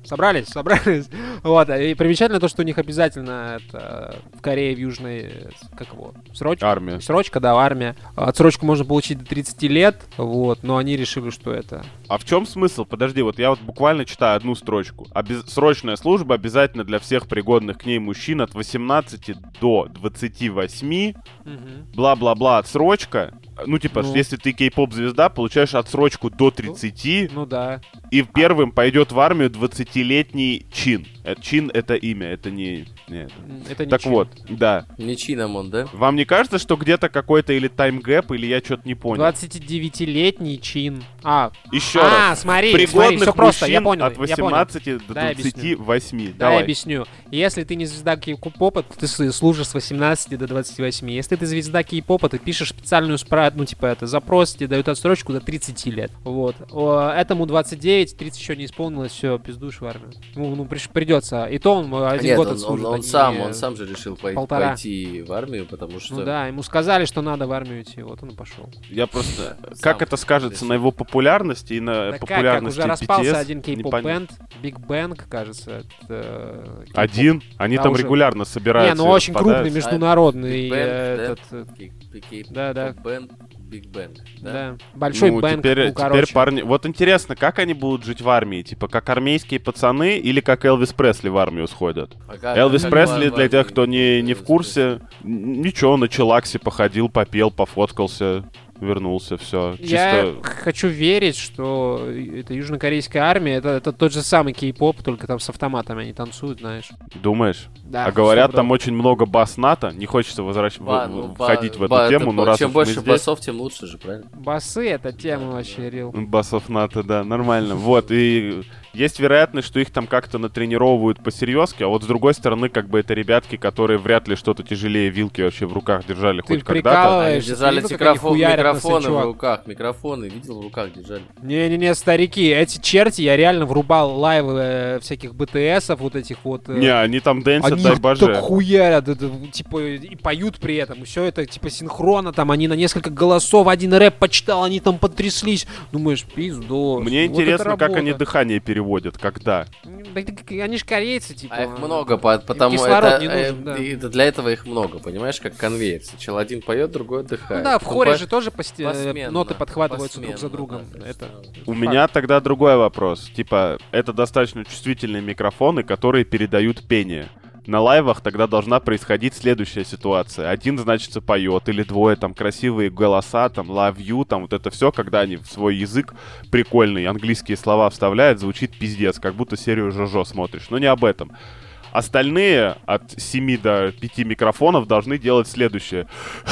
Speaker 1: Собрались, собрались. Вот, и примечательно то, что у них обязательно это, в Корее, в Южной, как его, срочка?
Speaker 2: Армия.
Speaker 1: Срочка, да, армия. Отсрочку можно получить до тридцати лет, вот, но они решили, что это...
Speaker 2: А в чем смысл? Подожди, вот я вот буквально читаю одну строчку. Обез... Срочная служба обязательно для всех пригодных к ней мужчин от восемнадцати до двадцати восьми.
Speaker 1: Угу.
Speaker 2: Бла-бла-бла, отсрочка. Ну, типа,
Speaker 1: Ну.
Speaker 2: если ты кей-поп-звезда, получаешь отсрочку до тридцати,
Speaker 1: Ну да.
Speaker 2: и первым пойдет в армию двадцатилетний Чин. Э, Чин — это имя, это не... не это.
Speaker 1: Это
Speaker 2: Так
Speaker 1: ничего.
Speaker 2: вот, да.
Speaker 3: Не Чинамон, да?
Speaker 2: Вам не кажется, что где-то какой-то или таймгэп, или я что-то не понял?
Speaker 1: двадцатидевятилетний Чин. А,
Speaker 2: Еще
Speaker 1: а,
Speaker 2: раз.
Speaker 1: смотри, смотри,
Speaker 2: Пригодных
Speaker 1: все просто, я
Speaker 2: мужчин
Speaker 1: понял,
Speaker 2: от
Speaker 1: я понял.
Speaker 2: восемнадцати до
Speaker 1: Дай
Speaker 2: двадцати восьми.
Speaker 1: Дай
Speaker 2: Давай.
Speaker 1: объясню. Если ты не звезда кей-попа, то ты с- служишь с восемнадцати до двадцати восьми. Если ты звезда кей-попа, ты пишешь специальную спра... ну, типа, это запрос, тебе дают отсрочку до тридцати лет. Вот. О, этому двадцать девять, тридцать еще не исполнилось, все, пиздуешь в армию. Ну, ну приш- придется. И то он один
Speaker 3: Нет,
Speaker 1: год
Speaker 3: он,
Speaker 1: отслужит.
Speaker 3: он,
Speaker 1: а
Speaker 3: он
Speaker 1: не
Speaker 3: сам, он сам же решил пой-
Speaker 1: полтора.
Speaker 3: пойти в армию, потому что...
Speaker 1: Ну да, ему сказали, что надо в армию идти, вот он и пошел.
Speaker 2: Я просто...
Speaker 3: Сам
Speaker 2: Как это скажется
Speaker 3: решил.
Speaker 2: на его популярности и на
Speaker 1: Да как, как
Speaker 2: популярности
Speaker 1: уже распался
Speaker 2: би ти эс?
Speaker 1: один
Speaker 2: Непонятно.
Speaker 1: кей-поп-бенд, Big Bang, кажется. Это, э, кей-поп.
Speaker 2: Один? Они
Speaker 1: Да,
Speaker 2: там
Speaker 1: уже.
Speaker 2: регулярно
Speaker 1: Не,
Speaker 2: собираются.
Speaker 1: ну
Speaker 2: и
Speaker 1: очень крупный,
Speaker 2: распадаются.
Speaker 1: международный.
Speaker 3: Big Bang,
Speaker 1: э,
Speaker 3: да?
Speaker 1: этот, э,
Speaker 3: Кей- кей-
Speaker 1: Да, да.
Speaker 3: Бенд, Big Bang, да?
Speaker 1: Да. Большой
Speaker 2: Ну,
Speaker 1: бэнк,
Speaker 2: теперь,
Speaker 1: ну,
Speaker 2: теперь
Speaker 1: короче.
Speaker 2: парни... Вот интересно, как они будут жить в армии? Типа, как армейские пацаны или как Элвис Пресли в армию сходят?
Speaker 3: А как-
Speaker 2: Элвис
Speaker 3: как
Speaker 2: Пресли,
Speaker 3: в
Speaker 2: для тех, кто не,
Speaker 3: армии
Speaker 2: не в
Speaker 3: Элвис
Speaker 2: курсе, н- ничего, на челаксе походил, попел, пофоткался, вернулся, все.
Speaker 1: Я
Speaker 2: Чисто...
Speaker 1: хочу верить, что это южнокорейская армия, это, это тот же самый кей-поп, только там с автоматами они танцуют, знаешь.
Speaker 2: Думаешь?
Speaker 1: Да,
Speaker 2: а говорят,
Speaker 1: сто
Speaker 2: там
Speaker 1: процентов.
Speaker 2: очень много бас-ната. Не хочется возвращ...
Speaker 3: Ба-
Speaker 2: в-
Speaker 3: ну,
Speaker 2: в-
Speaker 3: ба-
Speaker 2: входить в эту
Speaker 3: ба-
Speaker 2: тему,
Speaker 3: это
Speaker 2: но
Speaker 3: по-
Speaker 2: раз
Speaker 3: чем
Speaker 2: уж
Speaker 3: больше
Speaker 2: мы здесь...
Speaker 3: басов, тем лучше же, правильно?
Speaker 1: Басы — это тема вообще, рил.
Speaker 2: Басов НАТО, да, нормально. Вот, и есть вероятность, что их там как-то натренировывают посерьезки, а вот с другой стороны, как бы это ребятки, которые вряд ли что-то тяжелее вилки вообще в руках держали
Speaker 1: Ты
Speaker 2: хоть когда-то.
Speaker 1: прикалываешься?
Speaker 3: Они держали
Speaker 1: ты видел, как они
Speaker 3: микрофон,
Speaker 1: хуярят нас,
Speaker 3: микрофоны в
Speaker 1: чувак?
Speaker 3: руках, микрофоны, видел, в руках держали.
Speaker 1: Не-не-не, старики, эти черти, я реально врубал лайвы э, всяких би ти эсов, вот этих вот... э,
Speaker 2: Не, они там дэнсят,
Speaker 1: Они
Speaker 2: дай
Speaker 1: их
Speaker 2: боже.
Speaker 1: так хуярят, это, типа, и поют при этом. Все это, типа, синхронно, там, они на несколько голосов, один рэп почитал, они там потряслись. Думаешь, пизду.
Speaker 2: Мне
Speaker 1: вот это
Speaker 2: интересно, как
Speaker 1: работа.
Speaker 2: они дыхание переводят, когда.
Speaker 1: Да, так они же корейцы, типа.
Speaker 3: А их много, по- потому
Speaker 1: кислород
Speaker 3: это,
Speaker 1: не
Speaker 3: э,
Speaker 1: нужен, да.
Speaker 3: и это для этого их много, понимаешь, как конвейер. Сначала один поет, другой отдыхает.
Speaker 1: Ну да, в
Speaker 3: Потом
Speaker 1: хоре
Speaker 3: по-
Speaker 1: же тоже пости-
Speaker 3: посменно,
Speaker 1: ноты подхватываются друг за
Speaker 3: посменно,
Speaker 1: другом.
Speaker 3: да, то есть,
Speaker 1: это...
Speaker 3: да.
Speaker 2: У
Speaker 1: факт.
Speaker 2: меня тогда другой вопрос. Типа, это достаточно чувствительные микрофоны, которые передают пение. На лайвах тогда должна происходить следующая ситуация. Один, значит, поет, или двое, там, красивые голоса, там, love you, там, вот это все, когда они в свой язык прикольный, английские слова вставляют, звучит пиздец, как будто серию Жожо смотришь. Но не об этом. Остальные от семи до пяти микрофонов должны делать следующее.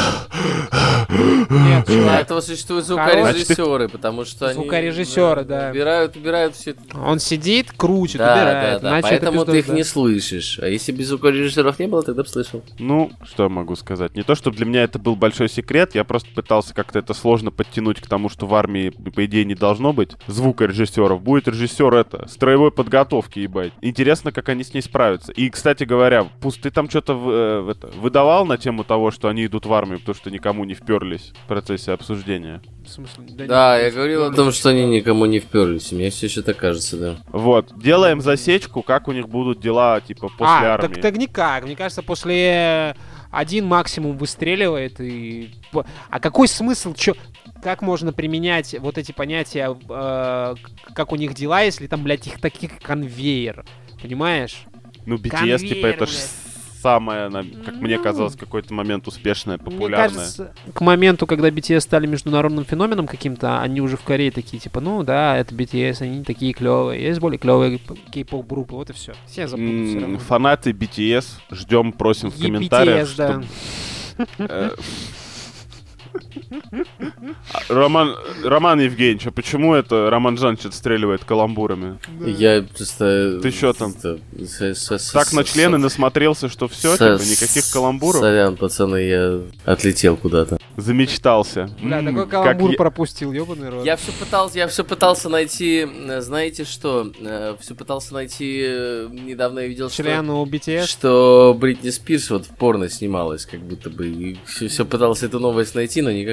Speaker 1: Нет,
Speaker 3: Для
Speaker 1: чувак,
Speaker 3: этого существуют звукорежиссеры, потому что они...
Speaker 1: Звукорежиссеры, да.
Speaker 3: Убирают, убирают все...
Speaker 1: он сидит, крутит,
Speaker 3: Да, да,
Speaker 1: убирает.
Speaker 3: да,
Speaker 1: иначе это
Speaker 3: поэтому ты
Speaker 1: пиздос,
Speaker 3: их
Speaker 1: да.
Speaker 3: не слышишь. А если бы звукорежиссеров не было, тогда бы слышал.
Speaker 2: Ну, что я могу сказать? Не то, чтобы для меня это был большой секрет, я просто пытался как-то это сложно подтянуть к тому, что в армии, по идее, не должно быть звукорежиссеров. Будет режиссер это, строевой подготовки, ебать. Интересно, как они с ней справятся. И, кстати говоря, пусть ты там что-то в, э, в это, выдавал на тему того, что они идут в армию, потому что никому не вперлись в процессе обсуждения.
Speaker 1: В смысле,
Speaker 3: Да,
Speaker 1: нет,
Speaker 3: я говорил о том, что они никому не вперлись. Мне все еще так кажется, да.
Speaker 2: Вот, делаем засечку, как у них будут дела, типа, после
Speaker 1: а,
Speaker 2: армии.
Speaker 1: так, так никак. Мне кажется, после один максимум выстреливает и... А какой смысл? Чё... Как можно применять вот эти понятия, э, как у них дела, если там, блядь, их таких конвейер? Понимаешь?
Speaker 2: Ну, би ти эс, типа, это ж
Speaker 1: Конвейер,
Speaker 2: самое, на- как мне
Speaker 1: Ну.
Speaker 2: казалось, в какой-то момент успешное,
Speaker 1: Мне
Speaker 2: популярное.
Speaker 1: кажется, к моменту, когда би ти эс стали международным феноменом каким-то, они уже в Корее такие, типа, ну да, это би ти эс, они такие клевые. Есть более клевые кей-поп группы, вот и все. Все забудут все
Speaker 2: М,
Speaker 1: равно.
Speaker 2: Фанаты би ти эс, ждем, просим в
Speaker 1: Е-
Speaker 2: комментариях,
Speaker 1: би ти эс, да.
Speaker 2: чтоб- э, а, Роман, Роман Евгеньевич, а почему это Роман Жанч отстреливает каламбурами?
Speaker 3: Я просто...
Speaker 2: Ты чё там?
Speaker 3: это, с- с- с-
Speaker 2: Так на
Speaker 3: с-
Speaker 2: члены
Speaker 3: с-
Speaker 2: насмотрелся, что все,
Speaker 3: с-
Speaker 2: типа, никаких каламбуров?
Speaker 3: Сорян, пацаны, я отлетел куда-то.
Speaker 2: Замечтался.
Speaker 1: Бля,
Speaker 2: М,
Speaker 1: такой
Speaker 2: как
Speaker 1: каламбур
Speaker 2: я-
Speaker 1: пропустил, ёбаный рот.
Speaker 3: Я все пытался, я все пытался найти, э, знаете что? Все пытался найти, э, недавно я видел, что...
Speaker 1: Член у би ти эс.
Speaker 3: Что Бритни Спирс вот в порно снималась, как будто бы. И все, пытался эту новость найти, но никак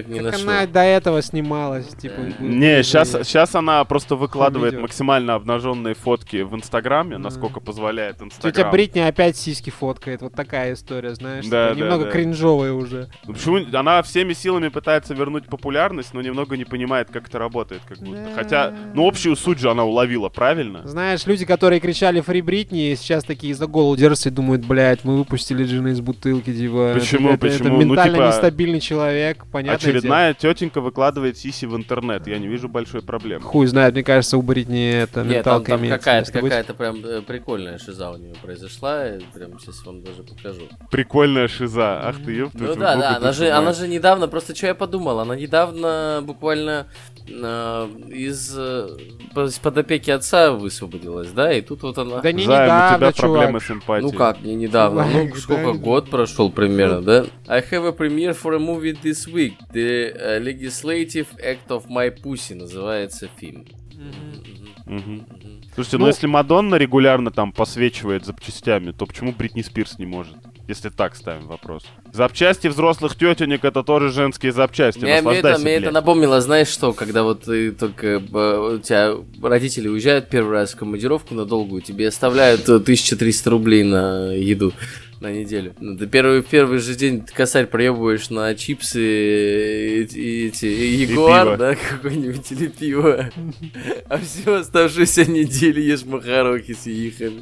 Speaker 3: так не
Speaker 1: как
Speaker 3: нашел.
Speaker 1: она до этого снималась, типа.
Speaker 2: Не, сейчас, сейчас она просто выкладывает
Speaker 1: видео.
Speaker 2: максимально обнаженные фотки в Инстаграме, насколько позволяет
Speaker 1: Тетя
Speaker 2: Инстаграм.
Speaker 1: Бритни опять сиськи фоткает. Вот такая история, знаешь.
Speaker 2: Да,
Speaker 1: такая
Speaker 2: да,
Speaker 1: немного
Speaker 2: да.
Speaker 1: кринжовая уже.
Speaker 2: Ну, почему она всеми силами пытается вернуть популярность, но немного не понимает, как это работает, как будто.
Speaker 1: Да.
Speaker 2: Хотя, ну, общую суть же она уловила, правильно?
Speaker 1: Знаешь, люди, которые кричали «Фри Бритни», сейчас такие за голову держатся и думают, блядь, мы выпустили джина из бутылки, типа.
Speaker 2: Почему,
Speaker 1: это, это,
Speaker 2: почему?
Speaker 1: Это
Speaker 2: Ну,
Speaker 1: ментально
Speaker 2: типа,
Speaker 1: нестабильный человек, понятно.
Speaker 2: Очередная тетенька выкладывает сиси в интернет. Я не вижу большой проблемы.
Speaker 1: Хуй знает, мне кажется, у Бритни это
Speaker 3: Нет, там,
Speaker 1: менталка
Speaker 3: там
Speaker 1: имеет
Speaker 3: какая-то,
Speaker 1: место быть.
Speaker 3: какая-то прям э, прикольная шиза у нее произошла. Я прям сейчас вам даже покажу.
Speaker 2: Прикольная шиза. Ах ты, ёпта.
Speaker 3: Ну да, да, она же, она же недавно, просто что я подумал, она недавно буквально э, из э, под опеки отца высвободилась, да, и тут вот она...
Speaker 1: Да не
Speaker 2: Займ, у тебя
Speaker 1: недавно,
Speaker 2: проблемы
Speaker 1: чувак.
Speaker 2: с эмпатией.
Speaker 3: Ну как, не недавно,
Speaker 1: Чувак,
Speaker 3: ну сколько,
Speaker 1: да.
Speaker 3: год прошел примерно, да? I have a premiere for a movie this week. The uh, Legislative Act of My Pussy называется фильм.
Speaker 2: Мгм. Слушайте, ну,
Speaker 1: Ну-
Speaker 2: если Мадонна регулярно там посвечивает запчастями, то почему Бритни Спирс не может? Если так ставим вопрос. Запчасти взрослых тетенек — это тоже женские запчасти.
Speaker 3: Мне, мне это,
Speaker 2: Наслаждайся,
Speaker 3: мне это
Speaker 2: блядь.
Speaker 3: напомнило, знаешь что, когда вот ты только э, у тебя родители уезжают первый раз в командировку на долгую, тебе оставляют э, тысяча триста рублей на еду на неделю. Ну, ты первый, первый же день косарь проебываешь на чипсы и, и эти и ягуар,
Speaker 2: пиво.
Speaker 3: да, какой-нибудь или пиво. А всю оставшуюся неделю ешь махарохи с яихами.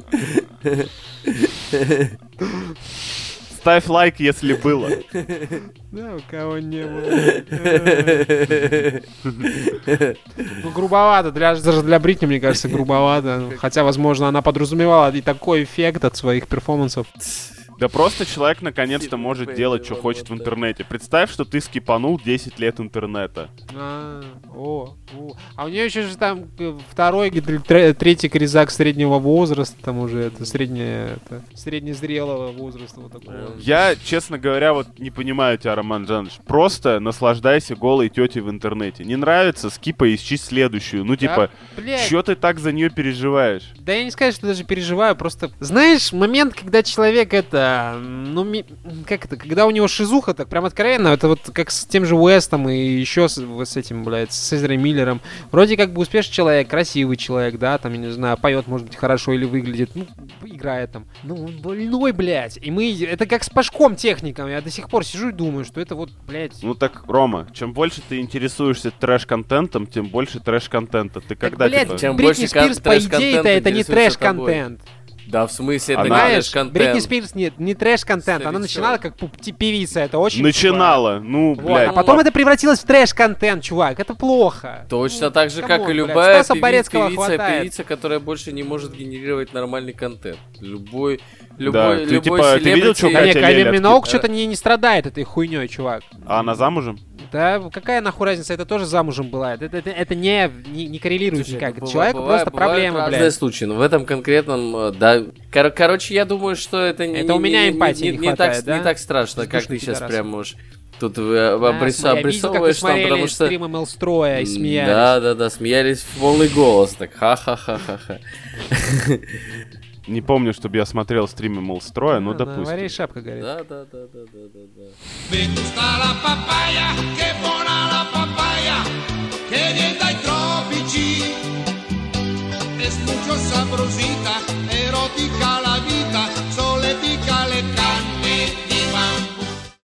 Speaker 2: Ставь лайк, если было.
Speaker 1: Да, у кого не было. Ну, грубовато. Для, даже для Бритни, мне кажется, грубовато. Ну, Хотя, возможно, она подразумевала и такой эффект от своих перформансов.
Speaker 2: Да просто человек наконец-то может
Speaker 3: Сильно
Speaker 2: делать, что
Speaker 3: вот
Speaker 2: хочет в
Speaker 3: так.
Speaker 2: интернете. Представь, что ты скипанул десять лет интернета.
Speaker 1: А, о, о. А у нее еще же там э, второй, или тре- третий кризак среднего возраста, там уже это среднее, это, среднезрелого возраста вот такого.
Speaker 2: Я, честно говоря, вот не понимаю тебя, Роман Жанович. Просто наслаждайся голой тетей в интернете. Не нравится, скипай, ищи следующую. Ну, типа,
Speaker 1: Блядь.
Speaker 2: чё ты так за нее переживаешь?
Speaker 1: Да я не скажу, что даже переживаю, просто... Знаешь, момент, когда человек это... Ну, ми- как это? Когда у него шизуха, так прям откровенно, это вот как с тем же Уэстом и еще с, вот с этим, блядь, с Эзрой Миллером. Вроде как бы успешный человек, красивый человек, да, там, я не знаю, поет, может быть, хорошо или выглядит, ну, играет там. Ну, он больной, блядь. И мы... Это как с Пашком техником. Я до сих пор сижу и думаю, что это вот, блядь...
Speaker 2: Ну так, Рома, чем больше ты интересуешься трэш-контентом, тем больше трэш-контента. Ты когда,
Speaker 1: блядь,
Speaker 2: типа...
Speaker 3: Чем
Speaker 1: Бритни
Speaker 3: больше кон-
Speaker 1: Спирс, по идее-то,
Speaker 3: трэш-контента
Speaker 1: это не
Speaker 3: интересуется тобой.
Speaker 1: трэш-контент.
Speaker 3: Да, в смысле, это
Speaker 2: Она-
Speaker 3: не
Speaker 1: Понимаешь,
Speaker 3: трэш-контент.
Speaker 1: Бритни Спирс нет, не трэш-контент. Она
Speaker 3: Смотри,
Speaker 1: начинала
Speaker 3: чё.
Speaker 1: как пу- ти- певица, это очень...
Speaker 2: Начинала, ну,
Speaker 1: Вот,
Speaker 2: блядь.
Speaker 1: а потом это превратилось в трэш-контент, чувак. Это плохо.
Speaker 3: Точно
Speaker 1: Ну,
Speaker 3: так же, как
Speaker 1: камон,
Speaker 3: и
Speaker 1: блядь,
Speaker 3: любая
Speaker 1: Стаса
Speaker 3: певи-
Speaker 1: Борецкого
Speaker 3: певица,
Speaker 1: хватает.
Speaker 3: певица, которая больше не может генерировать нормальный контент. Любой, любой,
Speaker 2: Да, ты,
Speaker 3: любой
Speaker 2: типа, ты видел,
Speaker 3: селебрити-
Speaker 2: чё
Speaker 1: Да не,
Speaker 2: Катя
Speaker 1: Кайли
Speaker 2: Лель
Speaker 1: Миноуг
Speaker 3: откид-
Speaker 1: что-то не, не страдает этой хуйней, чувак.
Speaker 2: А она замужем?
Speaker 1: Да, какая нахуй разница, это тоже замужем была. Это, это, это не, не, не коррелирует
Speaker 3: Слушай,
Speaker 1: никак.
Speaker 3: быва-
Speaker 1: Человек
Speaker 3: бывает-
Speaker 1: просто
Speaker 3: бывают
Speaker 1: проблема,
Speaker 3: разные
Speaker 1: блядь.
Speaker 3: случаи, но в этом конкретном, э, да. Кор- короче, я думаю, что это не,
Speaker 1: Это
Speaker 3: не-
Speaker 1: у меня
Speaker 3: не-
Speaker 1: эмпатии
Speaker 3: не,
Speaker 1: не
Speaker 3: не
Speaker 1: хватает,
Speaker 3: так,
Speaker 1: да?
Speaker 3: не так страшно, как
Speaker 1: Бездушный
Speaker 3: ты сейчас
Speaker 1: пидорас.
Speaker 3: прям можешь тут э,
Speaker 1: Да,
Speaker 3: обрис-
Speaker 1: смотри, я видел, как вы
Speaker 3: обрисовываешь там,
Speaker 1: смотрели
Speaker 3: потому что...
Speaker 1: стримы Мелстроя и смеялись.
Speaker 3: Да, да, да, смеялись в полный голос, так ха-ха-ха-ха-ха.
Speaker 2: Не помню, чтобы я смотрел стримы Молстроя, ну,
Speaker 1: Да, на
Speaker 2: допустим.
Speaker 1: аварии шапка горит.
Speaker 3: Да, да, да, да, да, да, да.
Speaker 4: Mi gusta la papaya, che buona la papaya, che viene dai tropici. Es mucho sabrosita, erótica la vida.